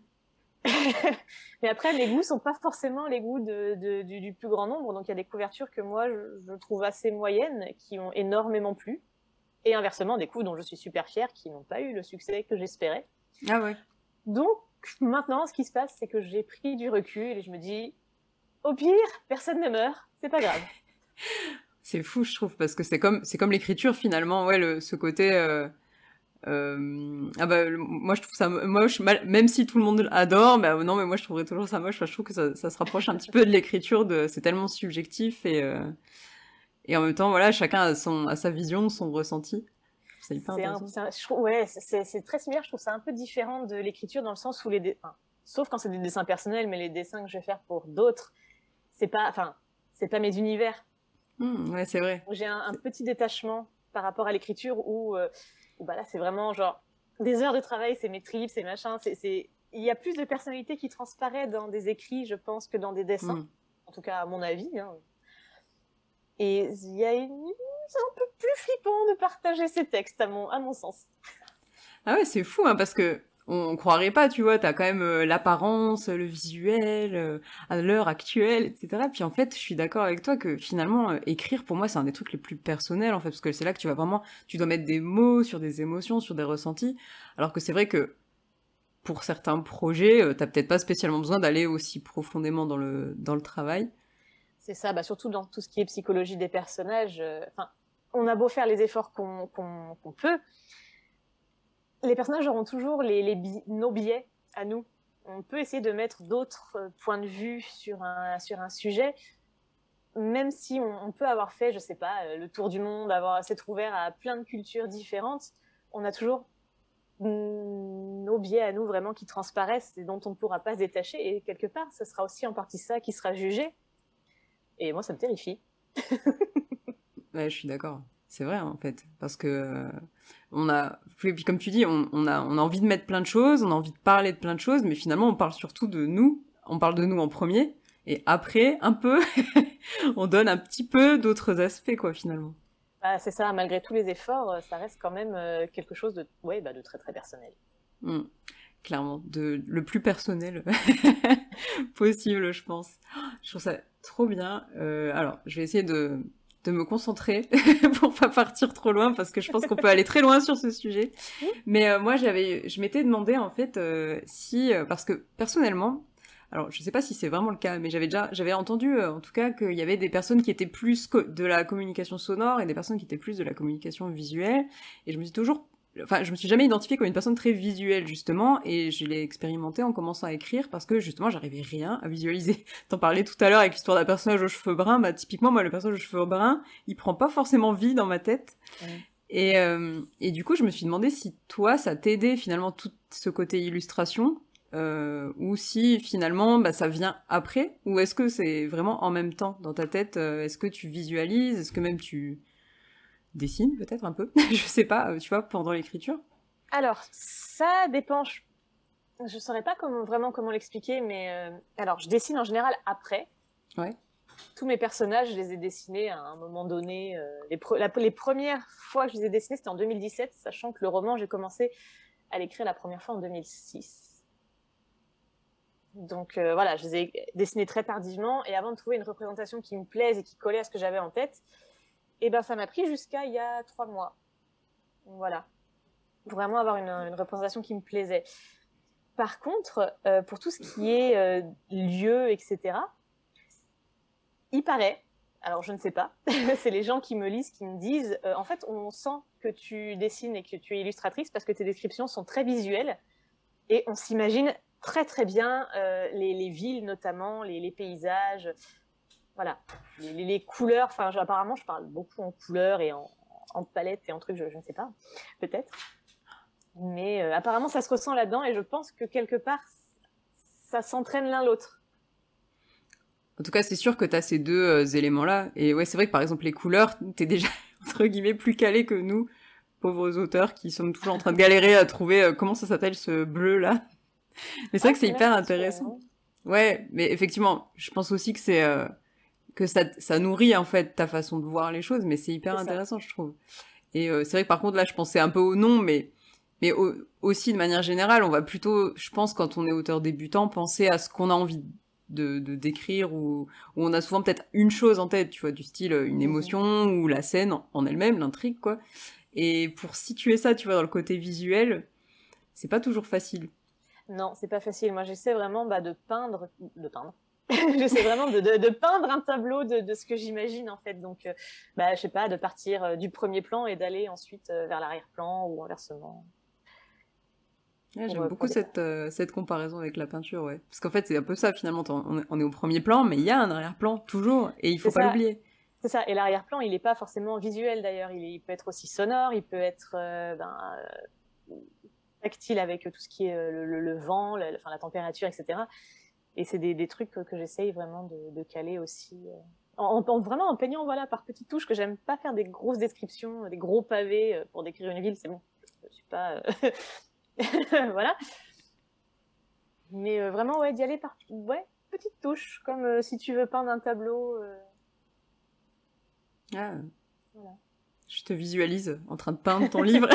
Mais après, mes goûts sont pas forcément les goûts de, de, du, du plus grand nombre. Donc, il y a des couvertures que moi, je, je trouve assez moyennes, qui ont énormément plu. Et inversement, des coups dont je suis super fière, qui n'ont pas eu le succès que j'espérais. Ah ouais. Donc, maintenant, ce qui se passe, c'est que j'ai pris du recul et je me dis, au pire, personne ne meurt, c'est pas grave. C'est fou, je trouve, parce que c'est comme, c'est comme l'écriture, finalement, ouais, le, ce côté... Euh... Euh, ah bah moi je trouve ça moche, mal, même si tout le monde adore, bah non mais moi je trouverais toujours ça moche. Enfin, je trouve que ça, ça se rapproche un petit peu de l'écriture, de c'est tellement subjectif et euh, et en même temps voilà chacun a son a sa vision, son ressenti. C'est hyper C'est intéressant. un, un, je trouve, ouais, c'est, c'est très similaire. Je trouve ça un peu différent de l'écriture dans le sens où les, dé... enfin, sauf quand c'est des dessins personnels, mais les dessins que je vais faire pour d'autres, c'est pas, enfin, c'est pas mes univers. Mmh, ouais c'est vrai. J'ai un, un petit détachement par rapport à l'écriture où euh, bah là, c'est vraiment genre des heures de travail, c'est mes tripes, c'est machin, c'est, c'est... Il y a plus de personnalité qui transparaît dans des écrits, je pense, que dans des dessins. Mm. En tout cas, à mon avis. Hein. Et il y a une... c'est un peu plus flippant de partager ces textes, à mon, à mon sens. Ah ouais, c'est fou, hein, parce que on, on croirait pas, tu vois, t'as quand même euh, l'apparence, le visuel, euh, à l'heure actuelle, et cetera. Puis en fait, je suis d'accord avec toi que finalement, euh, écrire, pour moi, c'est un des trucs les plus personnels, en fait, parce que c'est là que tu vas vraiment, tu dois mettre des mots sur des émotions, sur des ressentis, alors que c'est vrai que pour certains projets, euh, t'as peut-être pas spécialement besoin d'aller aussi profondément dans le, dans le travail. C'est ça, bah surtout dans tout ce qui est psychologie des personnages. Enfin, euh, on a beau faire les efforts qu'on, qu'on, qu'on peut, les personnages auront toujours les, les bi- nos biais à nous. On peut essayer de mettre d'autres points de vue sur un, sur un sujet, même si on, on peut avoir fait, je sais pas, le tour du monde, avoir s'être ouvert à plein de cultures différentes, on a toujours nos biais à nous vraiment qui transparaissent et dont on ne pourra pas se détacher. Et quelque part, ce sera aussi en partie ça qui sera jugé. Et moi, ça me terrifie. Ouais, je suis d'accord. C'est vrai, en fait. Parce que, euh, on a, puis comme tu dis, on, on, a, on a envie de mettre plein de choses, on a envie de parler de plein de choses, mais finalement, on parle surtout de nous. On parle de nous en premier. Et après, un peu, on donne un petit peu d'autres aspects, quoi, finalement. Bah, c'est ça, malgré tous les efforts, ça reste quand même quelque chose de, ouais, bah, de très, très personnel. Mmh. Clairement, de, le plus personnel possible, je pense. Je trouve ça trop bien. Euh, alors, je vais essayer de, de me concentrer pour pas partir trop loin, parce que je pense qu'on peut aller très loin sur ce sujet. Mais euh, moi, j'avais, je m'étais demandé, en fait, euh, si... Euh, parce que, personnellement, alors je sais pas si c'est vraiment le cas, mais j'avais déjà, j'avais entendu, euh, en tout cas, qu'il y avait des personnes qui étaient plus co- de la communication sonore et des personnes qui étaient plus de la communication visuelle. Et je me suis toujours... Enfin, je me suis jamais identifiée comme une personne très visuelle, justement, et je l'ai expérimenté en commençant à écrire parce que, justement, j'arrivais rien à visualiser. T'en parlais tout à l'heure avec l'histoire d'un personnage aux cheveux bruns, bah, typiquement, moi, le personnage aux cheveux bruns, il prend pas forcément vie dans ma tête. Mmh. Et, euh, et du coup, je me suis demandé si toi, ça t'aidait, finalement, tout ce côté illustration, euh, ou si finalement bah, ça vient après, ou est-ce que c'est vraiment en même temps dans ta tête, euh, est-ce que tu visualises, est-ce que même tu dessines peut-être un peu, je sais pas, tu vois, pendant l'écriture? Alors, ça dépend, je, je saurais pas comment, vraiment comment l'expliquer, mais euh, alors je dessine en général après. Ouais. Tous mes personnages, je les ai dessinés à un moment donné. Euh, les, pre- la, les premières fois que je les ai dessinés, c'était en deux mille dix-sept, sachant que le roman, j'ai commencé à l'écrire la première fois en deux mille six. Donc euh, voilà, je les ai dessinés très tardivement, et avant de trouver une représentation qui me plaise et qui collait à ce que j'avais en tête, et ben ça m'a pris jusqu'à il y a trois mois. Voilà, pour vraiment avoir une, une représentation qui me plaisait. Par contre, euh, pour tout ce qui est euh, lieu, et cetera, il paraît, alors je ne sais pas, c'est les gens qui me lisent qui me disent, euh, en fait, on sent que tu dessines et que tu es illustratrice parce que tes descriptions sont très visuelles et on s'imagine très très bien euh, les, les villes notamment, les, les paysages, voilà, les, les, les couleurs. Enfin, je, apparemment, je parle beaucoup en couleurs et en, en palettes et en trucs, je, je ne sais pas, peut-être. Mais euh, apparemment, ça se ressent là-dedans et je pense que quelque part, ça s'entraîne l'un l'autre. En tout cas, c'est sûr que t'as ces deux euh, éléments-là. Et ouais, c'est vrai que par exemple, les couleurs, t'es déjà, entre guillemets, plus calé que nous, pauvres auteurs, qui sommes toujours en train de galérer à trouver euh, comment ça s'appelle ce bleu-là. Mais c'est Ah, vrai que c'est c'est même hyper pas sûr, intéressant. non. Ouais, mais effectivement, je pense aussi que c'est euh, que ça, ça nourrit en fait ta façon de voir les choses, mais c'est hyper C'est ça. intéressant, je trouve. Et euh, c'est vrai que par contre là, je pensais un peu au nom, mais mais au, aussi de manière générale, on va plutôt, je pense, quand on est auteur débutant, penser à ce qu'on a envie de, de décrire ou, ou on a souvent peut-être une chose en tête, tu vois, du style une Mm-hmm. émotion ou la scène en, en elle-même, l'intrigue, quoi. Et pour situer ça, tu vois, dans le côté visuel, c'est pas toujours facile. Non, c'est pas facile. Moi, j'essaie vraiment bah, de peindre, de peindre. J'essaie vraiment de, de, de peindre un tableau de, de ce que j'imagine en fait. Donc, euh, bah, je sais pas, de partir euh, du premier plan et d'aller ensuite euh, vers l'arrière-plan ou inversement Ouais, pour, j'aime euh, beaucoup pour des cette, tableaux. euh, cette comparaison avec la peinture, ouais. Parce qu'en fait, c'est un peu ça, finalement. On est, on est au premier plan, mais il y a un arrière-plan, toujours, et il C'est faut pas ça, l'oublier. c'est ça. Et l'arrière-plan, il n'est pas forcément visuel d'ailleurs. Il, est- il peut être aussi sonore, il peut être euh, ben, euh, tactile avec tout ce qui est euh, le, le, le vent, la, enfin, la température, et cetera. Et c'est des, des trucs que, que j'essaye vraiment de, de caler aussi. Euh, en, en, vraiment en peignant voilà, par petites touches, que j'aime pas faire des grosses descriptions, des gros pavés euh, pour décrire une ville, c'est bon. Je suis pas. Euh... voilà. Mais euh, vraiment, ouais, d'y aller par ouais, petites touches, comme euh, si tu veux peindre un tableau. Euh... Ah, Voilà. je te visualise en train de peindre ton livre.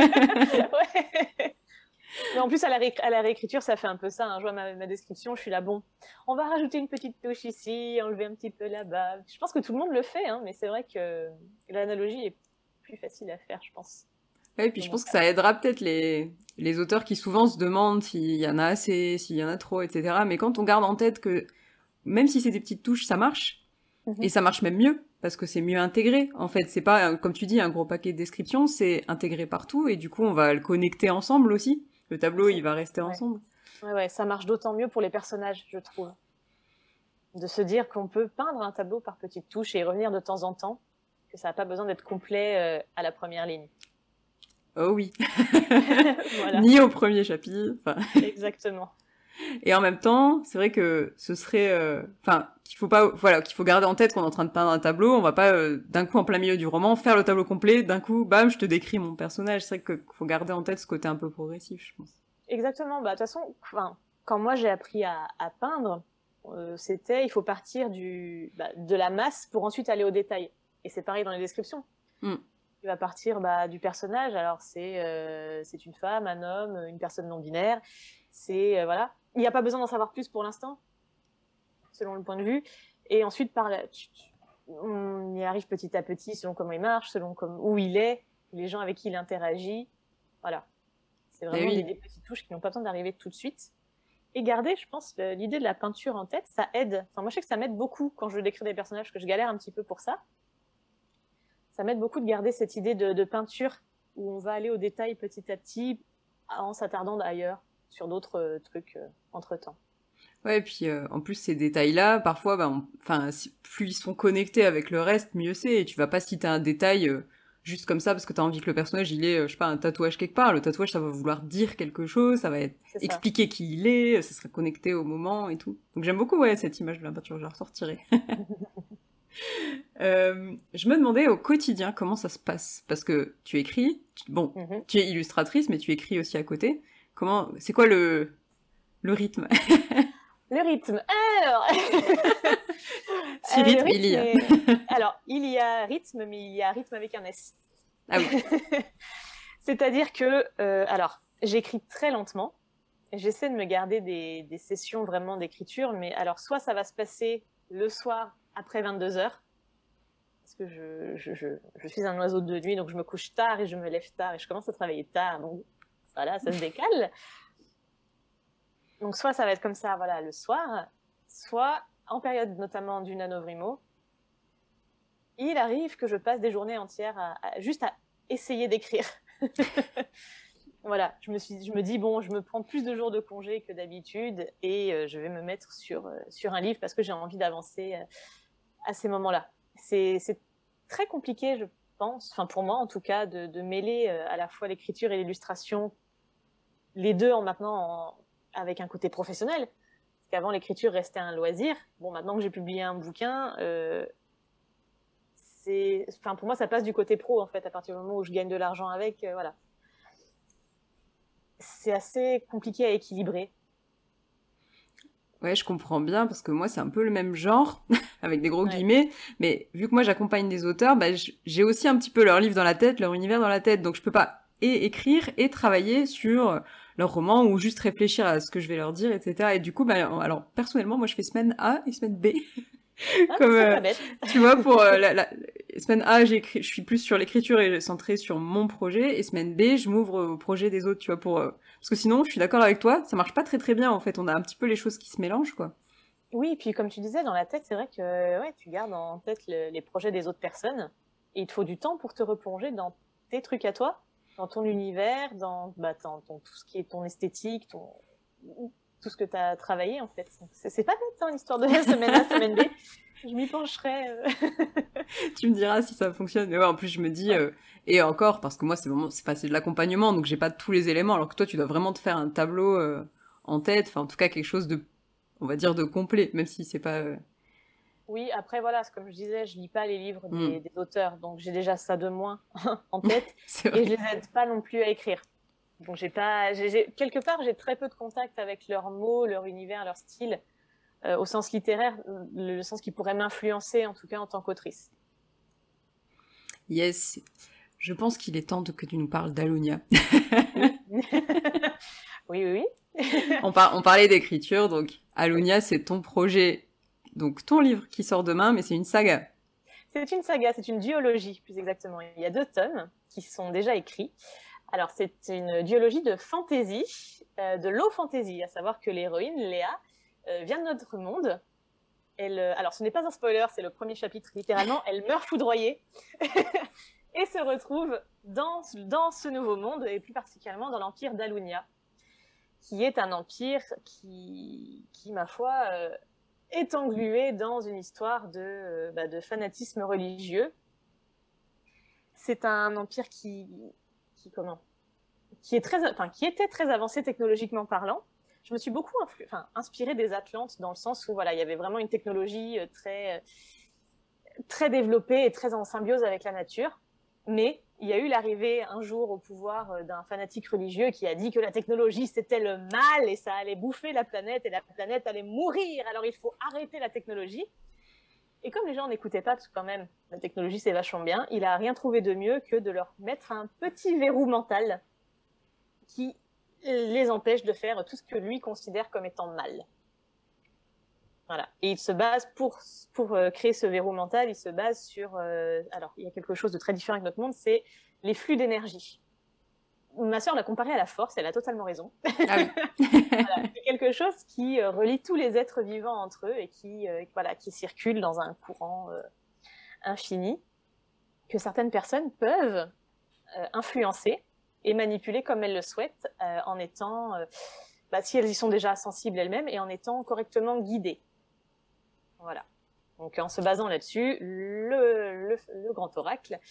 Ouais. Mais en plus, à la, ré à la réécriture, ça fait un peu ça. Hein. Je vois ma, ma description, je suis là, bon, on va rajouter une petite touche ici, enlever un petit peu là-bas. Je pense que tout le monde le fait, hein, mais c'est vrai que l'analogie est plus facile à faire, je pense. Ouais, et puis je pense que ça aidera peut-être les, les auteurs qui souvent se demandent s'il y en a assez, s'il y en a trop, et cetera. Mais quand on garde en tête que même si c'est des petites touches, ça marche, Mm-hmm. et ça marche même mieux, parce que c'est mieux intégré. En fait, c'est pas, comme tu dis, un gros paquet de descriptions, c'est intégré partout, et du coup, on va le connecter ensemble aussi. Le tableau, il va rester Ouais. ensemble. Ouais, ouais, ça marche d'autant mieux pour les personnages, je trouve. De se dire qu'on peut peindre un tableau par petites touches et y revenir de temps en temps, que ça n'a pas besoin d'être complet euh, à la première ligne. Oh oui. Voilà. Ni au premier chapitre. Enfin... Exactement. Et en même temps, c'est vrai que ce serait, enfin, euh, qu'il faut pas, voilà, qu'il faut garder en tête qu'on est en train de peindre un tableau. On va pas euh, d'un coup en plein milieu du roman faire le tableau complet. D'un coup, bam, je te décris mon personnage. C'est vrai qu'il faut garder en tête ce côté un peu progressif, je pense. Exactement. Bah, de toute façon, enfin, quand moi j'ai appris à, à peindre, euh, c'était il faut partir du, bah, de la masse pour ensuite aller au détail. Et c'est pareil dans les descriptions. Mm. Tu vas partir bah, du personnage. Alors c'est euh, c'est une femme, un homme, une personne non binaire. C'est euh, voilà. Il n'y a pas besoin d'en savoir plus pour l'instant, selon le point de vue. Et ensuite, par la... on y arrive petit à petit, selon comment il marche, selon comme... où il est, les gens avec qui il interagit. Voilà. C'est vraiment oui. des, des petites touches qui n'ont pas besoin d'arriver tout de suite. Et garder, je pense, l'idée de la peinture en tête, ça aide. Enfin, moi, je sais que ça m'aide beaucoup quand je décris des personnages, que je galère un petit peu pour ça. Ça m'aide beaucoup de garder cette idée de, de peinture où on va aller au détail petit à petit en s'attardant ailleurs sur d'autres euh, trucs euh, entre-temps. Ouais, et puis euh, en plus ces détails-là, parfois, bah, enfin, si, plus ils sont connectés avec le reste, mieux c'est. Et tu vas pas citer un détail, euh, juste comme ça parce que t'as envie que le personnage il ait, je sais pas, un tatouage quelque part. Le tatouage, ça va vouloir dire quelque chose, ça va être expliquer qui il est, ça sera connecté au moment et tout. Donc j'aime beaucoup, ouais, cette image de la peinture, je la ressortirai. euh, je me demandais au quotidien comment ça se passe, parce que tu écris, tu, bon, mm-hmm. tu es illustratrice, mais tu écris aussi à côté. Comment, c'est quoi le, le rythme? Le rythme. Alors, si euh, rythme, rythme il y a. Est... Alors, il y a rythme, mais il y a rythme avec un S. Ah oui. C'est-à-dire que, euh, alors, j'écris très lentement. J'essaie de me garder des, des sessions vraiment d'écriture, mais alors, soit ça va se passer le soir après vingt-deux heures, parce que je, je, je, je suis un oiseau de nuit, donc je me couche tard et je me lève tard et je commence à travailler tard, donc voilà, ça se décale. Donc soit ça va être comme ça, voilà, le soir, soit en période notamment du NaNoWriMo, il arrive que je passe des journées entières à, à, juste à essayer d'écrire. Voilà, je me, suis, je me dis, bon, je me prends plus de jours de congé que d'habitude et euh, je vais me mettre sur, euh, sur un livre parce que j'ai envie d'avancer euh, à ces moments-là. C'est, c'est très compliqué, je pense, enfin pour moi en tout cas, de, de mêler euh, à la fois l'écriture et l'illustration, les deux en maintenant en, avec un côté professionnel. Parce qu'avant, l'écriture restait un loisir. Bon, maintenant que j'ai publié un bouquin, euh, c'est, enfin pour moi, ça passe du côté pro en fait, à partir du moment où je gagne de l'argent avec, euh, voilà. C'est assez compliqué à équilibrer. Ouais, je comprends bien, parce que moi, c'est un peu le même genre, avec des gros ouais. guillemets, mais vu que moi, j'accompagne des auteurs, bah, j'ai aussi un petit peu leur livre dans la tête, leur univers dans la tête, donc je peux pas et écrire et travailler sur leur roman ou juste réfléchir à ce que je vais leur dire, et cetera. Et du coup, bah, alors, personnellement, moi, je fais semaine A et semaine B. Ah, comme, euh, tu vois, pour euh, la, la semaine A, j'écris, je suis plus sur l'écriture et centrée sur mon projet, et semaine B, je m'ouvre au projet des autres, tu vois, pour... Euh... Parce que sinon, je suis d'accord avec toi, ça marche pas très très bien, en fait, on a un petit peu les choses qui se mélangent, quoi. Oui, et puis comme tu disais, dans la tête, c'est vrai que ouais, tu gardes en tête le, les projets des autres personnes, et il te faut du temps pour te replonger dans tes trucs à toi, dans ton univers, dans, bah, dans, dans tout ce qui est ton esthétique, ton... tout ce que tu as travaillé, en fait. C'est, c'est pas bête, hein, l'histoire de la semaine A, semaine B. Je m'y pencherai. Euh... tu me diras si ça fonctionne. Mais ouais, en plus, je me dis, ouais. euh, et encore, parce que moi, c'est vraiment, c'est, c'est de l'accompagnement, donc j'ai pas tous les éléments, alors que toi, tu dois vraiment te faire un tableau euh, en tête, enfin, en tout cas, quelque chose de, on va dire, de complet, même si c'est pas... Euh... Oui, après, voilà, comme je disais, je lis pas les livres des, mm. des auteurs, donc j'ai déjà ça de moins en tête, et je les aide pas non plus à écrire. Donc, j'ai pas, j'ai, j'ai, quelque part, j'ai très peu de contact avec leurs mots, leur univers, leur style, euh, au sens littéraire, le, le sens qui pourrait m'influencer, en tout cas, en tant qu'autrice. Yes. Je pense qu'il est temps de, que tu nous parles d'Alunia. oui, oui, oui. on, par, on parlait d'écriture, donc Alunia, c'est ton projet, donc ton livre qui sort demain, mais c'est une saga. C'est une saga, c'est une duologie, plus exactement. Il y a deux tomes qui sont déjà écrits. Alors, c'est une duologie de fantasy, euh, de low fantasy, à savoir que l'héroïne, Léa, euh, vient de notre monde. Elle, euh, alors, ce n'est pas un spoiler, c'est le premier chapitre, littéralement, elle meurt foudroyée et se retrouve dans, dans ce nouveau monde, et plus particulièrement dans l'empire d'Alunia, qui est un empire qui, qui ma foi, euh, est englué dans une histoire de, euh, bah, de fanatisme religieux. C'est un empire qui... Qui, comment, qui, est très, enfin, qui était très avancé technologiquement parlant. Je me suis beaucoup influ, enfin, inspirée des Atlantes dans le sens où voilà, il y avait vraiment une technologie très, très développée et très en symbiose avec la nature. Mais il y a eu l'arrivée un jour au pouvoir d'un fanatique religieux qui a dit que la technologie c'était le mal et ça allait bouffer la planète et la planète allait mourir. Alors il faut arrêter la technologie. Et comme les gens n'écoutaient pas, parce que quand même, la technologie, c'est vachement bien, il n'a rien trouvé de mieux que de leur mettre un petit verrou mental qui les empêche de faire tout ce que lui considère comme étant mal. Voilà. Et il se base, pour, pour créer ce verrou mental, il se base sur... Euh, alors, il y a quelque chose de très différent avec notre monde, c'est les flux d'énergie. Ma sœur l'a comparé à la force, elle a totalement raison. Ah oui. Voilà, c'est quelque chose qui euh, relie tous les êtres vivants entre eux et qui, euh, voilà, qui circule dans un courant euh, infini que certaines personnes peuvent euh, influencer et manipuler comme elles le souhaitent euh, en étant, euh, bah, si elles y sont déjà sensibles elles-mêmes et en étant correctement guidées. Voilà. Donc en se basant là-dessus, le, le, le grand oracle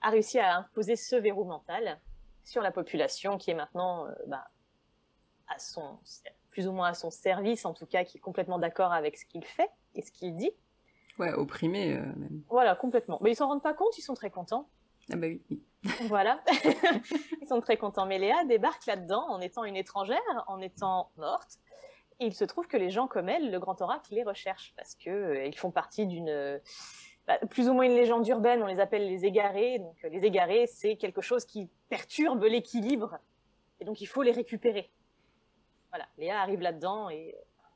a réussi à imposer ce verrou mental sur la population qui est maintenant euh, bah, à son, plus ou moins à son service, en tout cas, qui est complètement d'accord avec ce qu'il fait et ce qu'il dit. Ouais, opprimé euh, même. Voilà, complètement. Mais ils s'en rendent pas compte, ils sont très contents. Ah bah oui. Voilà, ils sont très contents. Mais Léa débarque là-dedans en étant une étrangère, en étant morte. Et il se trouve que les gens comme elle, le grand oracle, les recherchent parce que euh, ils font partie d'une, euh, bah, plus ou moins une légende urbaine. On les appelle les égarés. Donc euh, les égarés, c'est quelque chose qui perturbe l'équilibre, et donc il faut les récupérer. Voilà, Léa arrive là-dedans et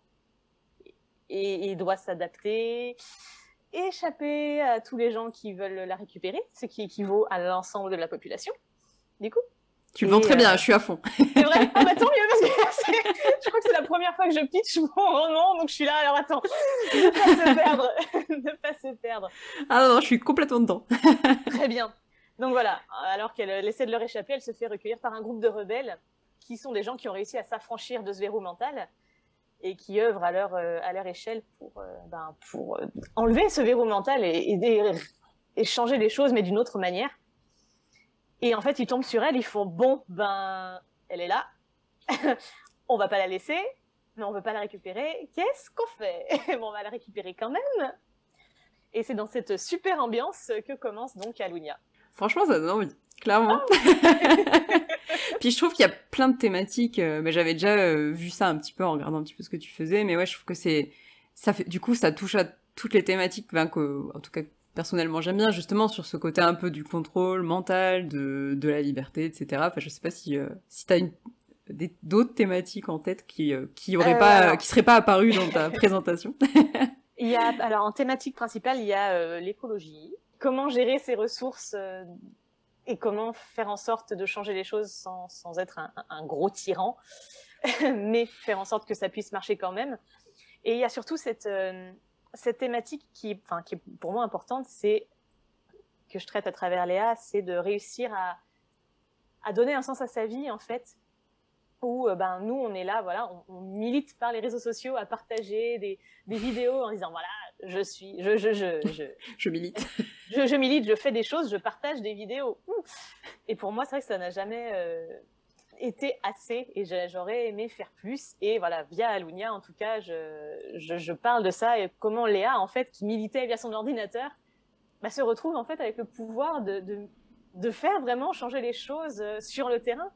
et, et doit s'adapter, échapper à tous les gens qui veulent la récupérer, ce qui équivaut à l'ensemble de la population. Du coup. Tu le vends très euh... bien, je suis à fond. C'est vrai. Ah bah tant mieux, parce que je crois que c'est la première fois que je pitch mon roman, donc je suis là, alors attends, ne pas se perdre, ne pas se perdre. Ah non, non, je suis complètement dedans. Très bien. Donc voilà, alors qu'elle essaie de leur échapper, elle se fait recueillir par un groupe de rebelles, qui sont des gens qui ont réussi à s'affranchir de ce verrou mental, et qui œuvrent à leur, euh, à leur échelle pour, euh, ben, pour euh, enlever ce verrou mental et, et, et changer les choses, mais d'une autre manière. Et en fait, ils tombent sur elle, ils font « Bon, ben, elle est là, on va pas la laisser, mais on veut pas la récupérer, qu'est-ce qu'on fait ?» Bon, on va la récupérer quand même. Et c'est dans cette super ambiance que commence donc Alunia. Franchement, ça donne envie, clairement. Puis je trouve qu'il y a plein de thématiques. Euh, bah, j'avais déjà euh, vu ça un petit peu en regardant un petit peu ce que tu faisais, mais ouais, je trouve que c'est, ça fait, du coup, ça touche à toutes les thématiques, ben, que, en tout cas, personnellement, j'aime bien, justement, sur ce côté un peu du contrôle mental, de, de la liberté, et cetera. Enfin, je sais pas si, euh, si t'as une, des, d'autres thématiques en tête qui, euh, qui auraient euh, pas, alors... qui seraient pas apparues dans ta présentation. Il y a, alors, en thématique principale, il y a euh, l'écologie. Comment gérer ses ressources euh, et comment faire en sorte de changer les choses sans, sans être un, un gros tyran, mais faire en sorte que ça puisse marcher quand même. Et il y a surtout cette, euh, cette thématique qui, enfin, qui est pour moi importante, c'est que je traite à travers Léa, c'est de réussir à, à donner un sens à sa vie, en fait, où ben, nous, on est là, voilà, on, on milite par les réseaux sociaux à partager des, des vidéos en disant, voilà, je suis, je, je, je, je, je milite. Je, je milite, je fais des choses, je partage des vidéos. Et pour moi, c'est vrai que ça n'a jamais euh, été assez et j'aurais aimé faire plus. Et voilà, via Alunia, en tout cas, je, je, je parle de ça et comment Léa, en fait, qui militait via son ordinateur, bah, se retrouve en fait avec le pouvoir de, de, de faire vraiment changer les choses sur le terrain.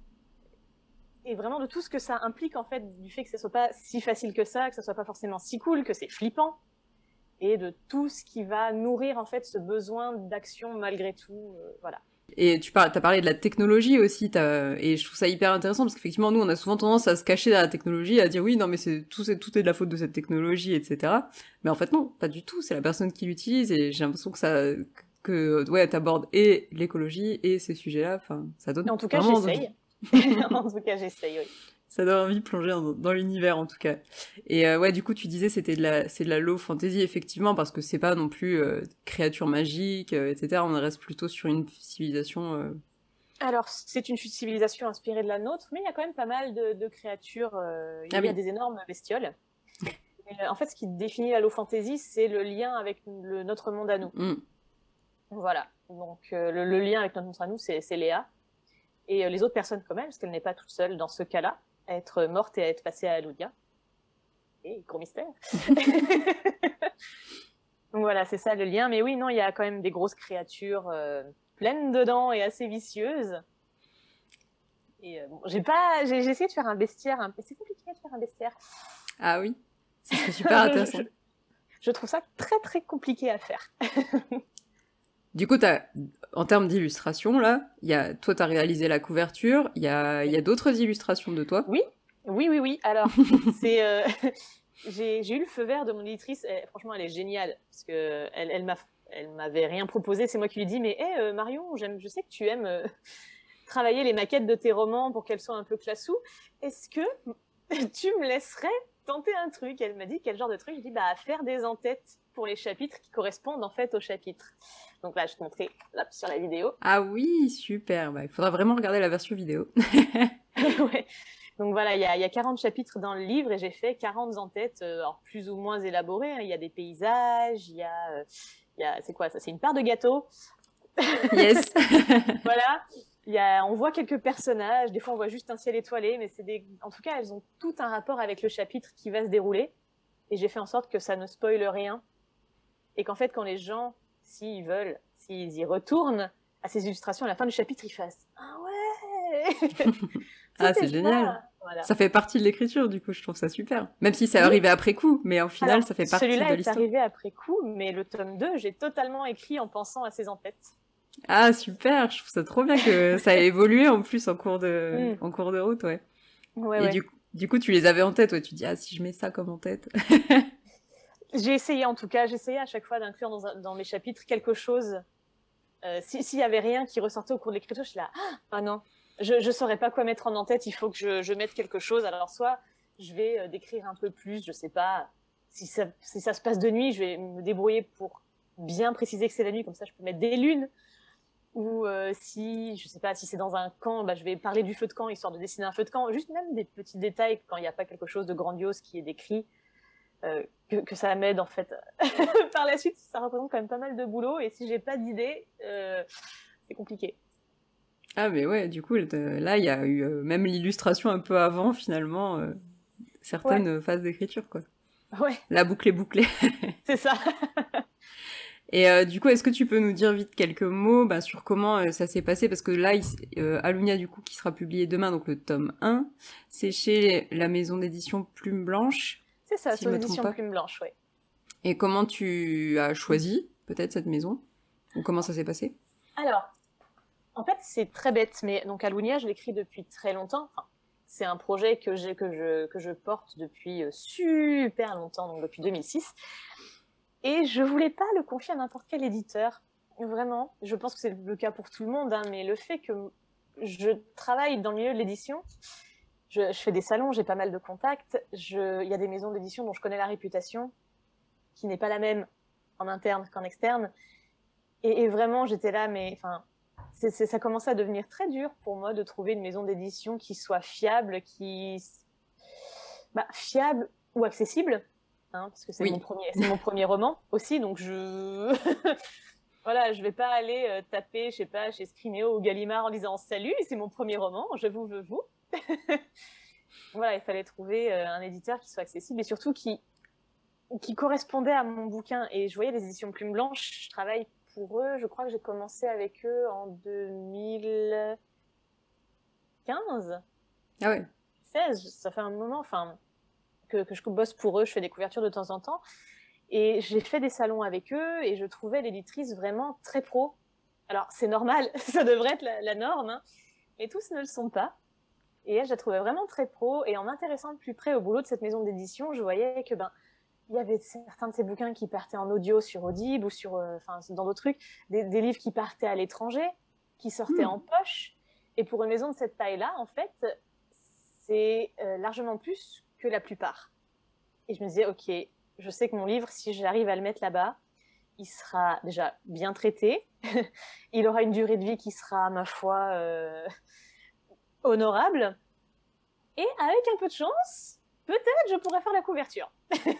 Et vraiment de tout ce que ça implique, en fait, du fait que ça soit pas si facile que ça, que ça soit pas forcément si cool, que c'est flippant. Et de tout ce qui va nourrir, en fait, ce besoin d'action malgré tout, euh, voilà. Et tu as parlé de la technologie aussi, t'as... et je trouve ça hyper intéressant, parce qu'effectivement, nous, on a souvent tendance à se cacher derrière la technologie, à dire oui, non, mais c'est tout, c'est, tout est de la faute de cette technologie, et cetera. Mais en fait, non, pas du tout, c'est la personne qui l'utilise, et j'ai l'impression que ça, que, ouais, t'abordes et l'écologie, et ces sujets-là, enfin, ça donne... En tout cas, j'essaye. En tout cas, j'essaye, oui. Ça donne envie de plonger dans, dans l'univers, en tout cas. Et euh, ouais, du coup, tu disais c'était de la, c'est de la low fantasy, effectivement, parce que c'est pas non plus euh, créature magique, euh, et cetera. On reste plutôt sur une civilisation... Euh... Alors, c'est une civilisation inspirée de la nôtre, mais il y a quand même pas mal de, de créatures. Euh, il y a, ah oui. des énormes bestioles. Et, en fait, ce qui définit la low fantasy, c'est le lien avec le, notre monde à nous. Mm. Voilà. Donc, euh, le, le lien avec notre monde à nous, c'est, c'est Léa. Et euh, les autres personnes quand même, parce qu'elle n'est pas toute seule dans ce cas-là, à être morte et à être passée à Alunia. Et gros mystère. Donc voilà, c'est ça le lien. Mais oui, non, il y a quand même des grosses créatures euh, pleines de dents et assez vicieuses. Et euh, bon, j'ai pas, j'ai, j'ai essayé de faire un bestiaire. Un... C'est compliqué de faire un bestiaire. Ah oui, c'est super intéressant. je, je, je trouve ça très très compliqué à faire. Du coup, t'as, en termes d'illustration, là, y a, toi, t'as réalisé la couverture, il y a, y a d'autres illustrations de toi ? Oui, oui, oui, oui. Alors, c'est, euh, j'ai, j'ai eu le feu vert de mon éditrice. Elle, franchement, elle est géniale, parce que elle, elle, m'a, elle m'avait rien proposé. C'est moi qui lui ai dit, mais hey, euh, Marion, j'aime, je sais que tu aimes euh, travailler les maquettes de tes romans pour qu'elles soient un peu classous. Est-ce que tu me laisserais tenter un truc ? Elle m'a dit, quel genre de truc ? Je dis, bah, faire des en-têtes pour les chapitres qui correspondent en fait aux chapitres. Donc là, je te montrais là, sur la vidéo. Ah oui, super. Bah, il faudra vraiment regarder la version vidéo. Ouais. Donc voilà, il y a, y a quarante chapitres dans le livre et j'ai fait quarante en-têtes, euh, alors plus ou moins élaborées. Hein. Il y a des paysages, il y a, euh, il y a, c'est quoi ça ? C'est une part de gâteau. Yes. Voilà. Il y a, on voit quelques personnages, des fois on voit juste un ciel étoilé, mais c'est des, en tout cas elles ont tout un rapport avec le chapitre qui va se dérouler. Et j'ai fait en sorte que ça ne spoile rien. Et qu'en fait, quand les gens, s'ils veulent, s'ils y retournent à ces illustrations, à la fin du chapitre, ils fassent « Ah ouais !» Ah, c'est génial. Voilà. Ça fait partie de l'écriture, du coup, je trouve ça super. Même si ça arrivait après coup, mais en final, Alors, ça fait partie de l'histoire. Celui-là est arrivé après coup, mais le tome deux, j'ai totalement écrit en pensant à ces en-têtes. Ah, super, je trouve ça trop bien que ça ait évolué en plus en cours de, mm. en cours de route, ouais. ouais Et ouais. Du, du coup, tu les avais en tête, ouais, tu te dis, ah, si je mets ça comme en tête. J'ai essayé en tout cas, j'essayais à chaque fois d'inclure dans, dans mes chapitres quelque chose. Euh, si, s'il y avait rien qui ressortait au cours de l'écriture, je suis là, ah non, je ne saurais pas quoi mettre en en-tête, il faut que je, je mette quelque chose. Alors soit je vais euh, décrire un peu plus, je sais pas, si ça, si ça se passe de nuit, je vais me débrouiller pour bien préciser que c'est la nuit, comme ça je peux mettre des lunes. Ou euh, si, je sais pas, si c'est dans un camp, bah, je vais parler du feu de camp, histoire de dessiner un feu de camp. Juste même des petits détails quand il n'y a pas quelque chose de grandiose qui est décrit. Euh, que, que ça m'aide en fait. Par la suite, ça représente quand même pas mal de boulot et si j'ai pas d'idée, euh, c'est compliqué. Ah mais ouais, du coup, là, il y a eu euh, même l'illustration un peu avant, finalement, euh, certaines ouais. phases d'écriture, quoi. Ouais. La boucle est bouclée. C'est ça. Et euh, du coup, est-ce que tu peux nous dire vite quelques mots bah, sur comment euh, ça s'est passé? Parce que là, il, euh, Alunia, du coup, qui sera publié demain, donc le tome un, c'est chez la maison d'édition Plume Blanche. C'est ça, si c'est l'édition Plume Blanche, oui. Et comment tu as choisi, peut-être, cette maison? Ou comment ça s'est passé? Alors, en fait, c'est très bête, mais donc Alunia, je l'écris depuis très longtemps. Enfin, c'est un projet que, j'ai, que, je, que je porte depuis super longtemps, donc depuis deux mille six. Et je voulais pas le confier à n'importe quel éditeur. Vraiment, je pense que c'est le cas pour tout le monde, hein, mais le fait que je travaille dans le milieu de l'édition... Je, je fais des salons, j'ai pas mal de contacts. Il y a des maisons d'édition dont je connais la réputation, qui n'est pas la même en interne qu'en externe. Et, et vraiment, j'étais là, mais enfin, c'est, c'est, ça commençait à devenir très dur pour moi de trouver une maison d'édition qui soit fiable, qui, bah, fiable ou accessible, hein, parce que c'est oui. mon premier, c'est mon premier roman aussi, donc je, voilà, je vais pas aller euh, taper, je sais pas, chez Scrinéo ou Gallimard en disant salut, c'est mon premier roman, je vous veux vous. Voilà, il fallait trouver euh, un éditeur qui soit accessible et surtout qui, qui correspondait à mon bouquin. Et je voyais les éditions Plume Blanche, je travaille pour eux, je crois que j'ai commencé avec eux en deux mille quinze. Ah ouais. seize, ça fait un moment enfin, que, que je bosse pour eux, je fais des couvertures de temps en temps. Et j'ai fait des salons avec eux et je trouvais l'éditrice vraiment très pro. Alors, c'est normal, ça devrait être la, la norme, hein, mais tous ne le sont pas. Et elle, je la trouvais vraiment très pro. Et en m'intéressant de plus près au boulot de cette maison d'édition, je voyais que ben, il y avait certains de ces bouquins qui partaient en audio sur Audible ou sur, enfin, euh, dans d'autres trucs, des, des livres qui partaient à l'étranger, qui sortaient mmh. en poche. Et pour une maison de cette taille-là, en fait, c'est euh, largement plus que la plupart. Et je me disais, ok, je sais que mon livre, si j'arrive à le mettre là-bas, il sera déjà bien traité. Il aura une durée de vie qui sera, ma foi, euh, honorable. Et avec un peu de chance, peut-être je pourrais faire la couverture.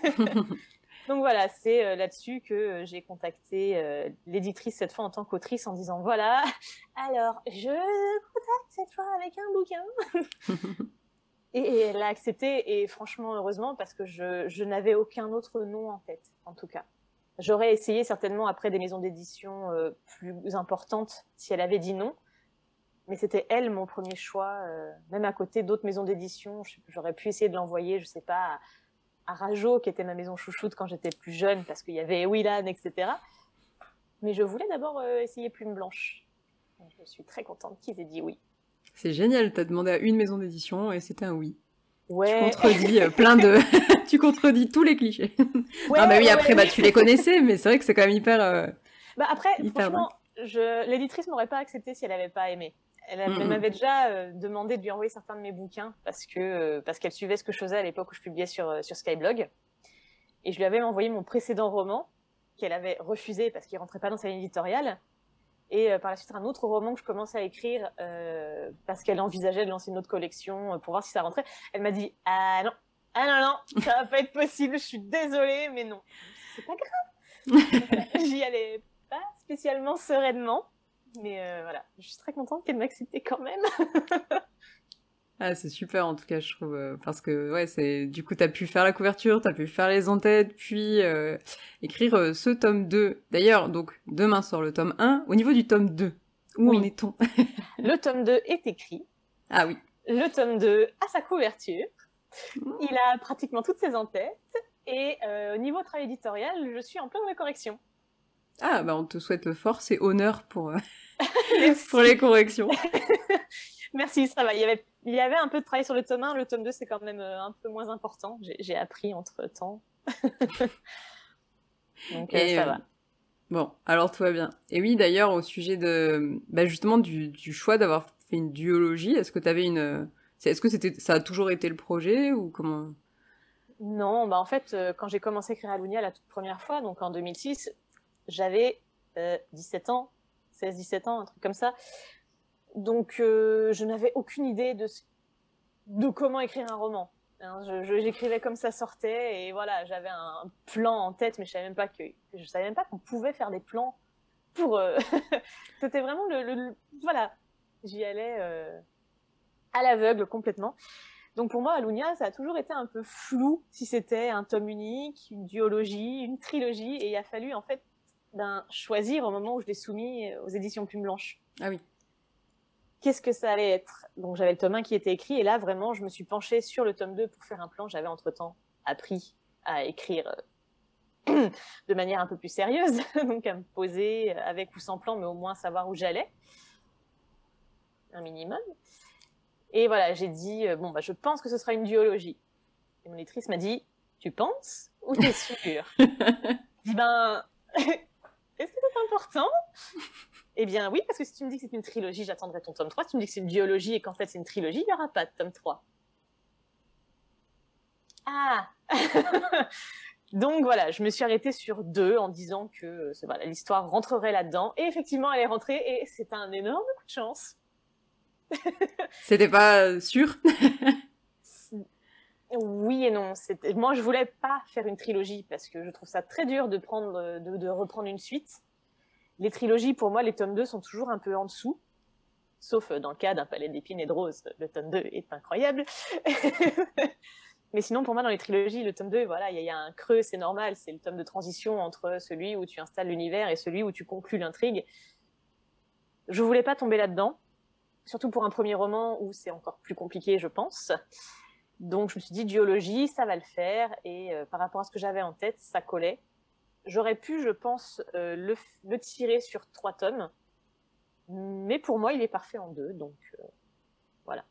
Donc voilà, c'est euh, là-dessus que euh, j'ai contacté euh, l'éditrice cette fois en tant qu'autrice en disant voilà, alors je contacte cette fois avec un bouquin. et, et elle a accepté et franchement heureusement parce que je, je n'avais aucun autre nom en tête en tout cas. J'aurais essayé certainement après des maisons d'édition euh, plus importantes si elle avait dit non. Mais c'était elle mon premier choix, euh, même à côté d'autres maisons d'édition. J'aurais pu essayer de l'envoyer, je sais pas, à, à Rajo, qui était ma maison chouchoute quand j'étais plus jeune, parce qu'il y avait Willan, et cetera. Mais je voulais d'abord euh, essayer Plume Blanche. Donc, je suis très contente qu'ils aient dit oui. C'est génial, t'as demandé à une maison d'édition et c'était un oui. Ouais. Tu contredis euh, plein de... tu contredis tous les clichés. Ouais, non, mais oui, ouais, après, ouais. bah, tu les connaissais, mais c'est vrai que c'est quand même hyper... Euh, bah après, hyper franchement, je... l'éditrice m'aurait pas accepté si elle avait pas aimé. Elle, elle m'avait déjà euh, demandé de lui envoyer certains de mes bouquins parce que euh, parce qu'elle suivait ce que je faisais à l'époque où je publiais sur euh, sur Skyblog. Et je lui avais envoyé mon précédent roman qu'elle avait refusé parce qu'il rentrait pas dans sa ligne éditoriale. Et euh, par la suite un autre roman que je commençais à écrire euh, parce qu'elle envisageait de lancer une autre collection euh, pour voir si ça rentrait. Elle m'a dit ah non ah non non ça va pas être possible. Je suis désolée mais non. C'est pas grave. Voilà, j'y allais pas spécialement sereinement. Mais euh, voilà, je suis très contente qu'elle m'accepte quand même. Ah, c'est super en tout cas, je trouve, euh, parce que ouais, c'est du coup, t'as pu faire la couverture, t'as pu faire les en-têtes, puis euh, écrire euh, ce tome deux. D'ailleurs, donc, demain sort le tome un. Au niveau du tome deux, où Oui. en est-on? Le tome deux est écrit. Ah oui. Le tome deux a sa couverture. Il a pratiquement toutes ses en-têtes. Et euh, au niveau travail éditorial, je suis en pleine correction. Ah, bah on te souhaite force et honneur pour, euh, pour les corrections. Merci, ça va. Il y, avait, il y avait un peu de travail sur le tome un. Le tome deux, c'est quand même euh, un peu moins important. J'ai, j'ai appris entre-temps. Donc, et, euh, ça euh, va. Bon, alors tout va bien. Et oui, d'ailleurs, au sujet de, bah justement du, du choix d'avoir fait une duologie, est-ce que tu avais une, est-ce que c'était, ça a toujours été le projet ou comment? Non, bah en fait, euh, quand j'ai commencé à écrire Allunia la toute première fois, donc en deux mille six, j'avais euh, dix-sept ans, seize dix-sept ans, un truc comme ça. Donc, euh, je n'avais aucune idée de, ce... de comment écrire un roman. Hein, je, je, j'écrivais comme ça sortait, et voilà, j'avais un plan en tête, mais je savais même pas que, je savais même pas qu'on pouvait faire des plans pour. Euh... C'était vraiment le, le, le, voilà, j'y allais euh, à l'aveugle complètement. Donc pour moi, Allunia, ça a toujours été un peu flou si c'était un tome unique, une duologie, une trilogie, et il a fallu en fait ben, choisir au moment où je l'ai soumis aux éditions Plume Blanche. Ah oui. Qu'est-ce que ça allait être? Donc j'avais le tome un qui était écrit, et là vraiment je me suis penchée sur le tome deux pour faire un plan. J'avais entre-temps appris à écrire euh, de manière un peu plus sérieuse, donc à me poser avec ou sans plan, mais au moins savoir où j'allais, un minimum. Et voilà, j'ai dit, euh, bon, bah, je pense que ce sera une duologie. Et mon éditrice m'a dit, tu penses ou t'es sûre? J'ai dit, ben, est-ce que c'est important? Eh bien, oui, parce que si tu me dis que c'est une trilogie, j'attendrai ton tome trois. Si tu me dis que c'est une duologie et qu'en fait c'est une trilogie, il n'y aura pas de tome trois. Ah! Donc voilà, je me suis arrêtée sur deux en disant que voilà, l'histoire rentrerait là-dedans. Et effectivement, elle est rentrée et c'est un énorme coup de chance. C'était pas sûr? Oui et non. C'était... Moi, je voulais pas faire une trilogie parce que je trouve ça très dur de, prendre, de, de reprendre une suite. Les trilogies, pour moi, les tomes deux sont toujours un peu en dessous. Sauf dans le cas d'un palais d'épines et de roses. Le tome deux est incroyable. Mais sinon, pour moi, dans les trilogies, le tome deux, voilà, il y, y a un creux, c'est normal. C'est le tome de transition entre celui où tu installes l'univers et celui où tu conclus l'intrigue. Je voulais pas tomber là-dedans. Surtout pour un premier roman où c'est encore plus compliqué, je pense. Donc, je me suis dit, duologie, ça va le faire. Et euh, par rapport à ce que j'avais en tête, ça collait. J'aurais pu, je pense, euh, le, le tirer sur trois tomes. Mais pour moi, il est parfait en deux. Donc, euh, voilà.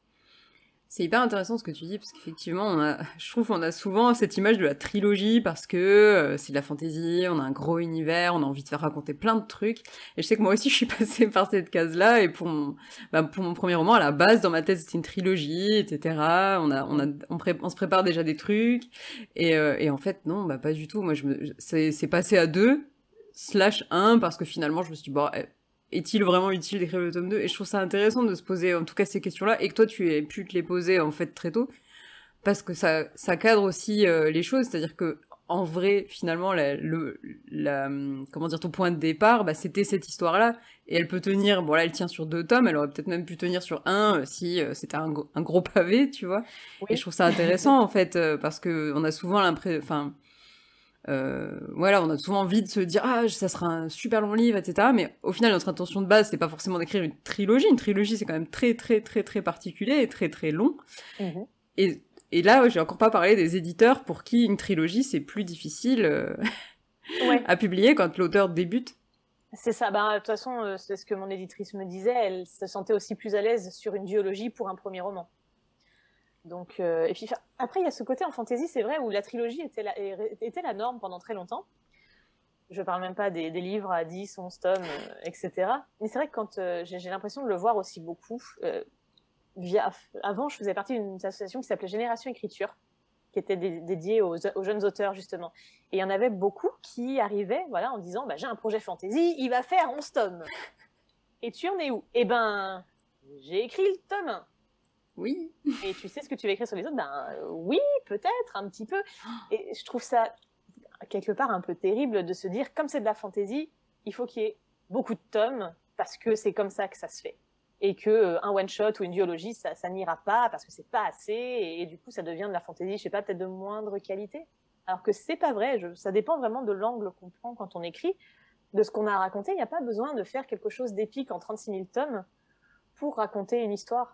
C'est hyper intéressant ce que tu dis, parce qu'effectivement, on a, je trouve qu'on a souvent cette image de la trilogie, parce que euh, c'est de la fantaisie, on a un gros univers, on a envie de faire raconter plein de trucs. Et je sais que moi aussi, je suis passée par cette case-là, et pour mon, bah, pour mon premier roman, à la base, dans ma tête, c'était une trilogie, et cetera. On, a, on, a, on, pré- on se prépare déjà des trucs, et, euh, et en fait, non, bah pas du tout. Moi, je me, c'est, c'est passé à deux, slash un, parce que finalement, je me suis dit, bon... Eh, est-il vraiment utile d'écrire le tome deux? Et je trouve ça intéressant de se poser, en tout cas, ces questions-là, et que toi, tu aies pu te les poser, en fait, très tôt, parce que ça, ça cadre aussi euh, les choses, c'est-à-dire que, en vrai, finalement, la, le, la, comment dire, ton point de départ, bah, c'était cette histoire-là, et elle peut tenir, bon là, elle tient sur deux tomes, elle aurait peut-être même pu tenir sur un, si euh, c'était un, un gros pavé, tu vois. Oui. Et je trouve ça intéressant, en fait, euh, parce que on a souvent l'impression, enfin, Euh, voilà, on a souvent envie de se dire ah ça sera un super long livre, et cetera. Mais au final, notre intention de base, c'est pas forcément d'écrire une trilogie. Une trilogie, c'est quand même très très très très particulier et très très long. Mmh. Et, et là, j'ai encore pas parlé des éditeurs pour qui une trilogie c'est plus difficile euh, ouais. à publier quand l'auteur débute. C'est ça. Ben, de toute façon, c'est ce que mon éditrice me disait. Elle se sentait aussi plus à l'aise sur une duologie pour un premier roman. Donc, euh, et puis après, il y a ce côté en fantasy, c'est vrai, où la trilogie était la, était la norme pendant très longtemps. Je parle même pas des, des livres à dix, onze tomes, euh, et cetera. Mais c'est vrai que quand euh, j'ai, j'ai l'impression de le voir aussi beaucoup, euh, via, avant, je faisais partie d'une association qui s'appelait Génération Écriture, qui était dé- dédiée aux, aux jeunes auteurs, justement. Et il y en avait beaucoup qui arrivaient, voilà, en disant, bah, j'ai un projet fantasy, il va faire onze tomes. Et tu en es où? Eh ben, j'ai écrit le tome un. Oui. Et tu sais ce que tu vas écrire sur les autres? Ben euh, oui, peut-être, un petit peu. Et je trouve ça, quelque part, un peu terrible de se dire, comme c'est de la fantaisie, il faut qu'il y ait beaucoup de tomes, parce que c'est comme ça que ça se fait. Et qu'un euh, one-shot ou une duologie, ça, ça n'ira pas parce que c'est pas assez, et, et du coup, ça devient de la fantasy, je sais pas, peut-être de moindre qualité. Alors que c'est pas vrai, je, ça dépend vraiment de l'angle qu'on prend quand on écrit, de ce qu'on a à raconter. Il n'y a pas besoin de faire quelque chose d'épique en trente-six mille tomes pour raconter une histoire.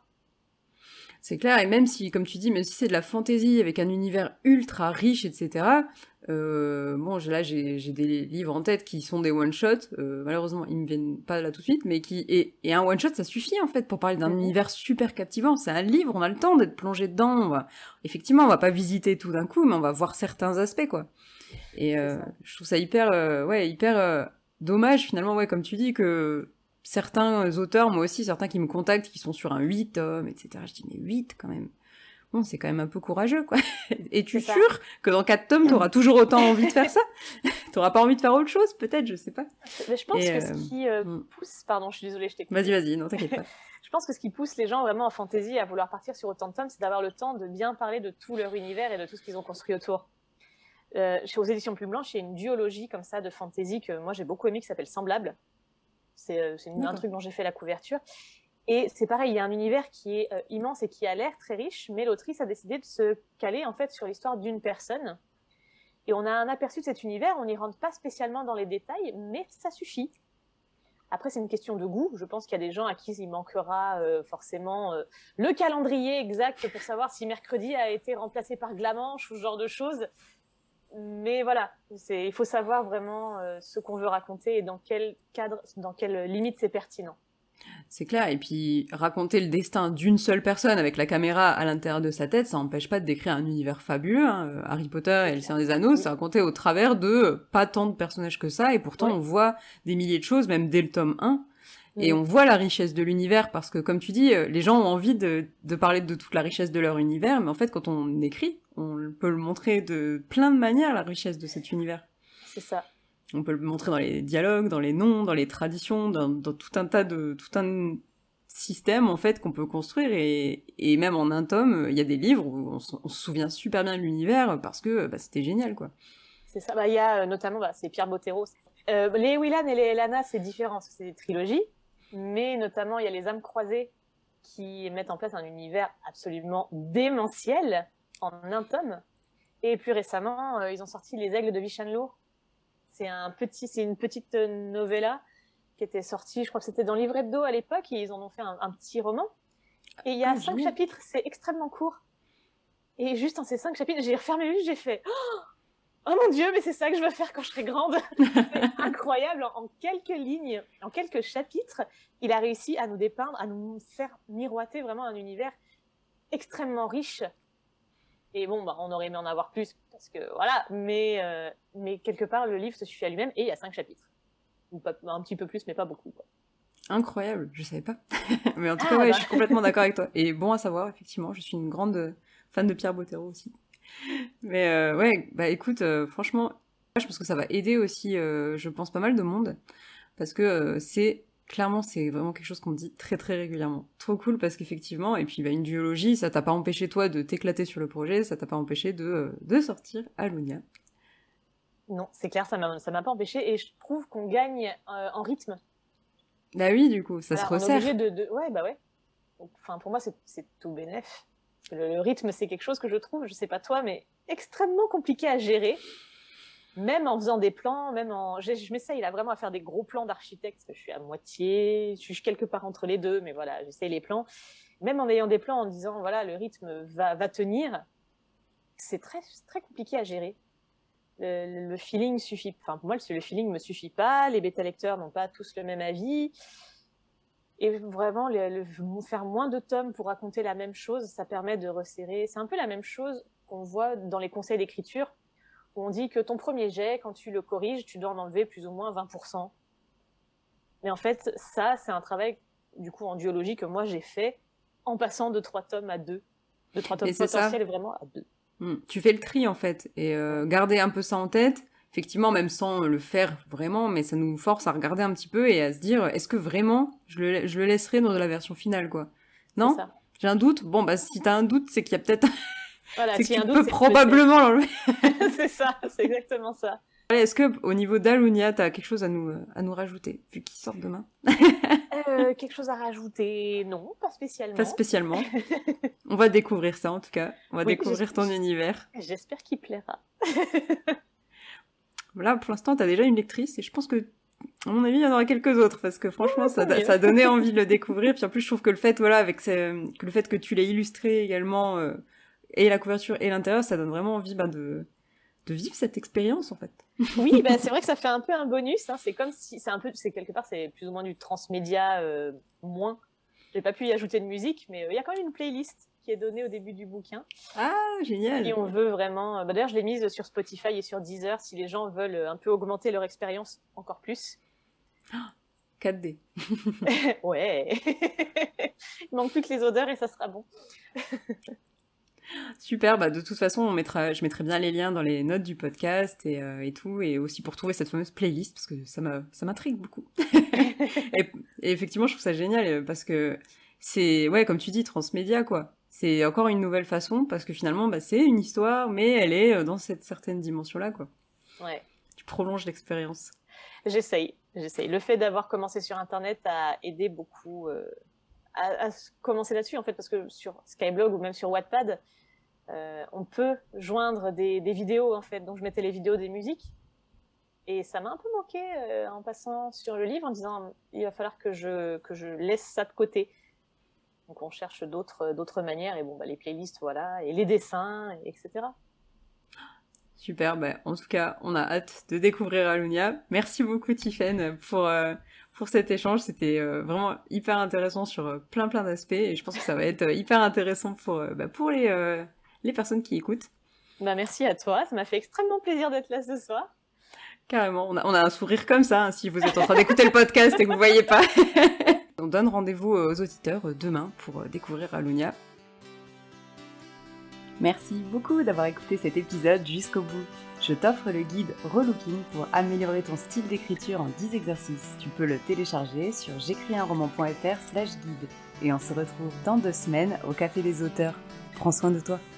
C'est clair, et même si, comme tu dis, même si c'est de la fantasy avec un univers ultra riche, et cetera, euh, bon, là, j'ai, j'ai des livres en tête qui sont des one-shots, euh, malheureusement, ils me viennent pas là tout de suite, mais qui, et, et un one-shot, ça suffit, en fait, pour parler d'un mmh. univers super captivant. C'est un livre, on a le temps d'être plongé dedans, on va, effectivement, on va pas visiter tout d'un coup, mais on va voir certains aspects, quoi. Et euh, je trouve ça hyper, euh, ouais, hyper euh, dommage, finalement, ouais, comme tu dis, que certains auteurs, moi aussi, certains qui me contactent, qui sont sur un huit tomes, et cetera. Je dis, mais huit quand même. Bon, c'est quand même un peu courageux, quoi. Es-tu sûr que dans quatre tomes, t'auras toujours autant envie de faire ça? T'auras pas envie de faire autre chose, peut-être, je sais pas. Mais je pense et que euh... ce qui euh, pousse... Pardon, je suis désolée, je t'ai coupé. Vas-y, vas-y, non, t'inquiète pas. Je pense que ce qui pousse les gens vraiment en fantasy à vouloir partir sur autant de tomes, c'est d'avoir le temps de bien parler de tout leur univers et de tout ce qu'ils ont construit autour. Euh, chez aux éditions Plume Blanche, il y a une duologie comme ça de fantasy que moi j'ai beaucoup aimé qui s'appelle Semblable. C'est, c'est une, un truc dont j'ai fait la couverture. Et c'est pareil, il y a un univers qui est euh, immense et qui a l'air très riche, mais l'autrice a décidé de se caler en fait sur l'histoire d'une personne. Et on a un aperçu de cet univers, on n'y rentre pas spécialement dans les détails, mais ça suffit. Après, c'est une question de goût. Je pense qu'il y a des gens à qui il manquera euh, forcément euh, le calendrier exact pour savoir si mercredi a été remplacé par Glamanche ou ce genre de choses. Mais voilà, c'est, il faut savoir vraiment euh, ce qu'on veut raconter et dans quel cadre, dans quelle limite c'est pertinent. C'est clair, et puis raconter le destin d'une seule personne avec la caméra à l'intérieur de sa tête, ça n'empêche pas de décrire un univers fabuleux. Hein. Harry Potter et le Seigneur des Anneaux, oui. C'est raconté au travers de pas tant de personnages que ça, et pourtant oui. On voit des milliers de choses, même dès le tome un. Et on voit la richesse de l'univers, parce que, comme tu dis, les gens ont envie de, de parler de toute la richesse de leur univers, mais en fait, quand on écrit, on peut le montrer de plein de manières, la richesse de cet univers. C'est ça. On peut le montrer dans les dialogues, dans les noms, dans les traditions, dans, dans tout un tas de... tout un système, en fait, qu'on peut construire, et, et même en un tome, il y a des livres où on, on se souvient super bien de l'univers, parce que bah, c'était génial, quoi. C'est ça. Bah, il y a euh, notamment, bah, c'est Pierre Bottero. Euh, les Willan et les Elana, c'est différent, c'est des trilogies. Mais notamment, il y a les âmes croisées qui mettent en place un univers absolument démentiel en un tome. Et plus récemment, euh, ils ont sorti Les Aigles de Vichanlo. C'est un petit, c'est une petite novella qui était sortie, je crois que c'était dans Livre Hebdo à l'époque, et ils en ont fait un, un petit roman. Et il y a ah, cinq chapitres, c'est extrêmement court. Et juste dans ces cinq chapitres, j'ai refermé le livre, j'ai fait oh, oh mon Dieu, mais c'est ça que je veux faire quand je serai grande. C'est incroyable. En quelques lignes, en quelques chapitres, il a réussi à nous dépeindre, à nous faire miroiter vraiment un univers extrêmement riche. Et bon, bah, on aurait aimé en avoir plus, parce que voilà, mais, euh, mais quelque part, le livre se suffit à lui-même, et il y a cinq chapitres. Ou pas, un petit peu plus, mais pas beaucoup, quoi. Incroyable, je savais pas. Mais en tout cas, ah, ouais, bah. Je suis complètement d'accord avec toi. Et bon à savoir, effectivement, je suis une grande fan de Pierre Bottero aussi. Mais euh, ouais, bah écoute, euh, franchement, je pense que ça va aider aussi, euh, je pense, pas mal de monde, parce que euh, c'est, clairement, c'est vraiment quelque chose qu'on me dit très très régulièrement. Trop cool, parce qu'effectivement, et puis bah, une duologie, ça t'a pas empêché toi de t'éclater sur le projet, ça t'a pas empêché de, euh, de sortir Allunia. Non, c'est clair, ça m'a, ça m'a pas empêché, et je trouve qu'on gagne euh, en rythme. Bah oui, du coup, ça voilà, se resserre. On est obligé de, de... Ouais, bah ouais. Donc, enfin, pour moi, c'est, c'est tout bénef. Le, le rythme, c'est quelque chose que je trouve, je sais pas toi, mais extrêmement compliqué à gérer. Même en faisant des plans, même en... Je, je m'essaye là vraiment à faire des gros plans d'architecte, parce que je suis à moitié, je suis quelque part entre les deux, mais voilà, j'essaye les plans. Même en ayant des plans en disant, voilà, le rythme va, va tenir, c'est très, très compliqué à gérer. Le, le feeling suffit, enfin pour moi, le, le feeling me suffit pas, les bêta-lecteurs n'ont pas tous le même avis. Et vraiment, le, le, faire moins de tomes pour raconter la même chose, ça permet de resserrer. C'est un peu la même chose qu'on voit dans les conseils d'écriture, où on dit que ton premier jet, quand tu le corriges, tu dois en enlever plus ou moins vingt pour cent. Mais en fait, ça, c'est un travail, du coup, en duologie que moi, j'ai fait en passant de trois tomes à deux. De trois tomes potentiels vraiment à deux. Mmh. Tu fais le tri, en fait, et euh, garder un peu ça en tête... Effectivement, même sans le faire vraiment, mais ça nous force à regarder un petit peu et à se dire, est-ce que vraiment je le, je le laisserai dans la version finale, quoi. Non ? J'ai un doute ? Bon, bah si t'as un doute, c'est qu'il y a peut-être... Voilà, c'est si que un tu doute, peux c'est probablement l'enlever. C'est ça, c'est exactement ça. Est-ce que au niveau d'Alunia, t'as quelque chose à nous, à nous rajouter, vu qu'ils sortent demain? euh, Quelque chose à rajouter? Non, pas spécialement. Pas spécialement. On va découvrir ça en tout cas. On va oui, découvrir ton univers. J'espère qu'il plaira. Là, pour l'instant, t'as déjà une lectrice et je pense que, à mon avis, il y en aura quelques autres parce que franchement, oh, ça, ça a donné envie de le découvrir. Puis en plus, je trouve que le fait, voilà, avec ce, que le fait que tu l'aies illustré également, euh, et la couverture et l'intérieur, ça donne vraiment envie bah, de, de vivre cette expérience en fait. Oui, bah, c'est vrai que ça fait un peu un bonus. Hein. C'est comme si, c'est un peu, c'est quelque part, c'est plus ou moins du transmédia euh, moins. J'ai pas pu y ajouter de musique, mais il euh, y a quand même une playlist qui est donnée au début du bouquin. Ah, génial. Et on veut vraiment... Bah, d'ailleurs, je l'ai mise sur Spotify et sur Deezer si les gens veulent un peu augmenter leur expérience encore plus. Oh, quatre D. Ouais. Il manque plus que les odeurs et ça sera bon. Super, bah de toute façon, on mettra, je mettrai bien les liens dans les notes du podcast et, euh, et tout, et aussi pour trouver cette fameuse playlist, parce que ça m'a, ça m'intrigue beaucoup. et, et effectivement, je trouve ça génial, parce que c'est, ouais, comme tu dis, transmédia, quoi. C'est encore une nouvelle façon, parce que finalement, bah, c'est une histoire, mais elle est dans cette certaine dimension-là, quoi. Ouais. Tu prolonges l'expérience. J'essaye, j'essaye. Le fait d'avoir commencé sur Internet a aidé beaucoup euh, à, à commencer là-dessus, en fait, parce que sur Skyblog ou même sur Wattpad, euh, on peut joindre des, des vidéos, en fait. Donc, je mettais les vidéos des musiques. Et ça m'a un peu manqué euh, en passant sur le livre, en disant il va falloir que je, que je laisse ça de côté. Donc, on cherche d'autres, d'autres manières. Et bon, bah, les playlists, voilà, et les dessins, et etc. Super, bah, en tout cas, on a hâte de découvrir Alunia. Merci beaucoup, Tiffaine, pour, euh, pour cet échange. C'était euh, vraiment hyper intéressant sur euh, plein plein d'aspects. Et je pense que ça va être euh, hyper intéressant pour, euh, bah, pour les, euh, les personnes qui écoutent. Bah, merci à toi, ça m'a fait extrêmement plaisir d'être là ce soir. Carrément, on a, on a un sourire comme ça, hein, si vous êtes en train d'écouter le podcast et que vous ne voyez pas. On donne rendez-vous aux auditeurs demain pour découvrir Alunia. Merci beaucoup d'avoir écouté cet épisode jusqu'au bout. Je t'offre le guide Relooking pour améliorer ton style d'écriture en dix exercices. Tu peux le télécharger sur j'écris un roman point f r slash guide. Et on se retrouve dans deux semaines au Café des auteurs. Prends soin de toi.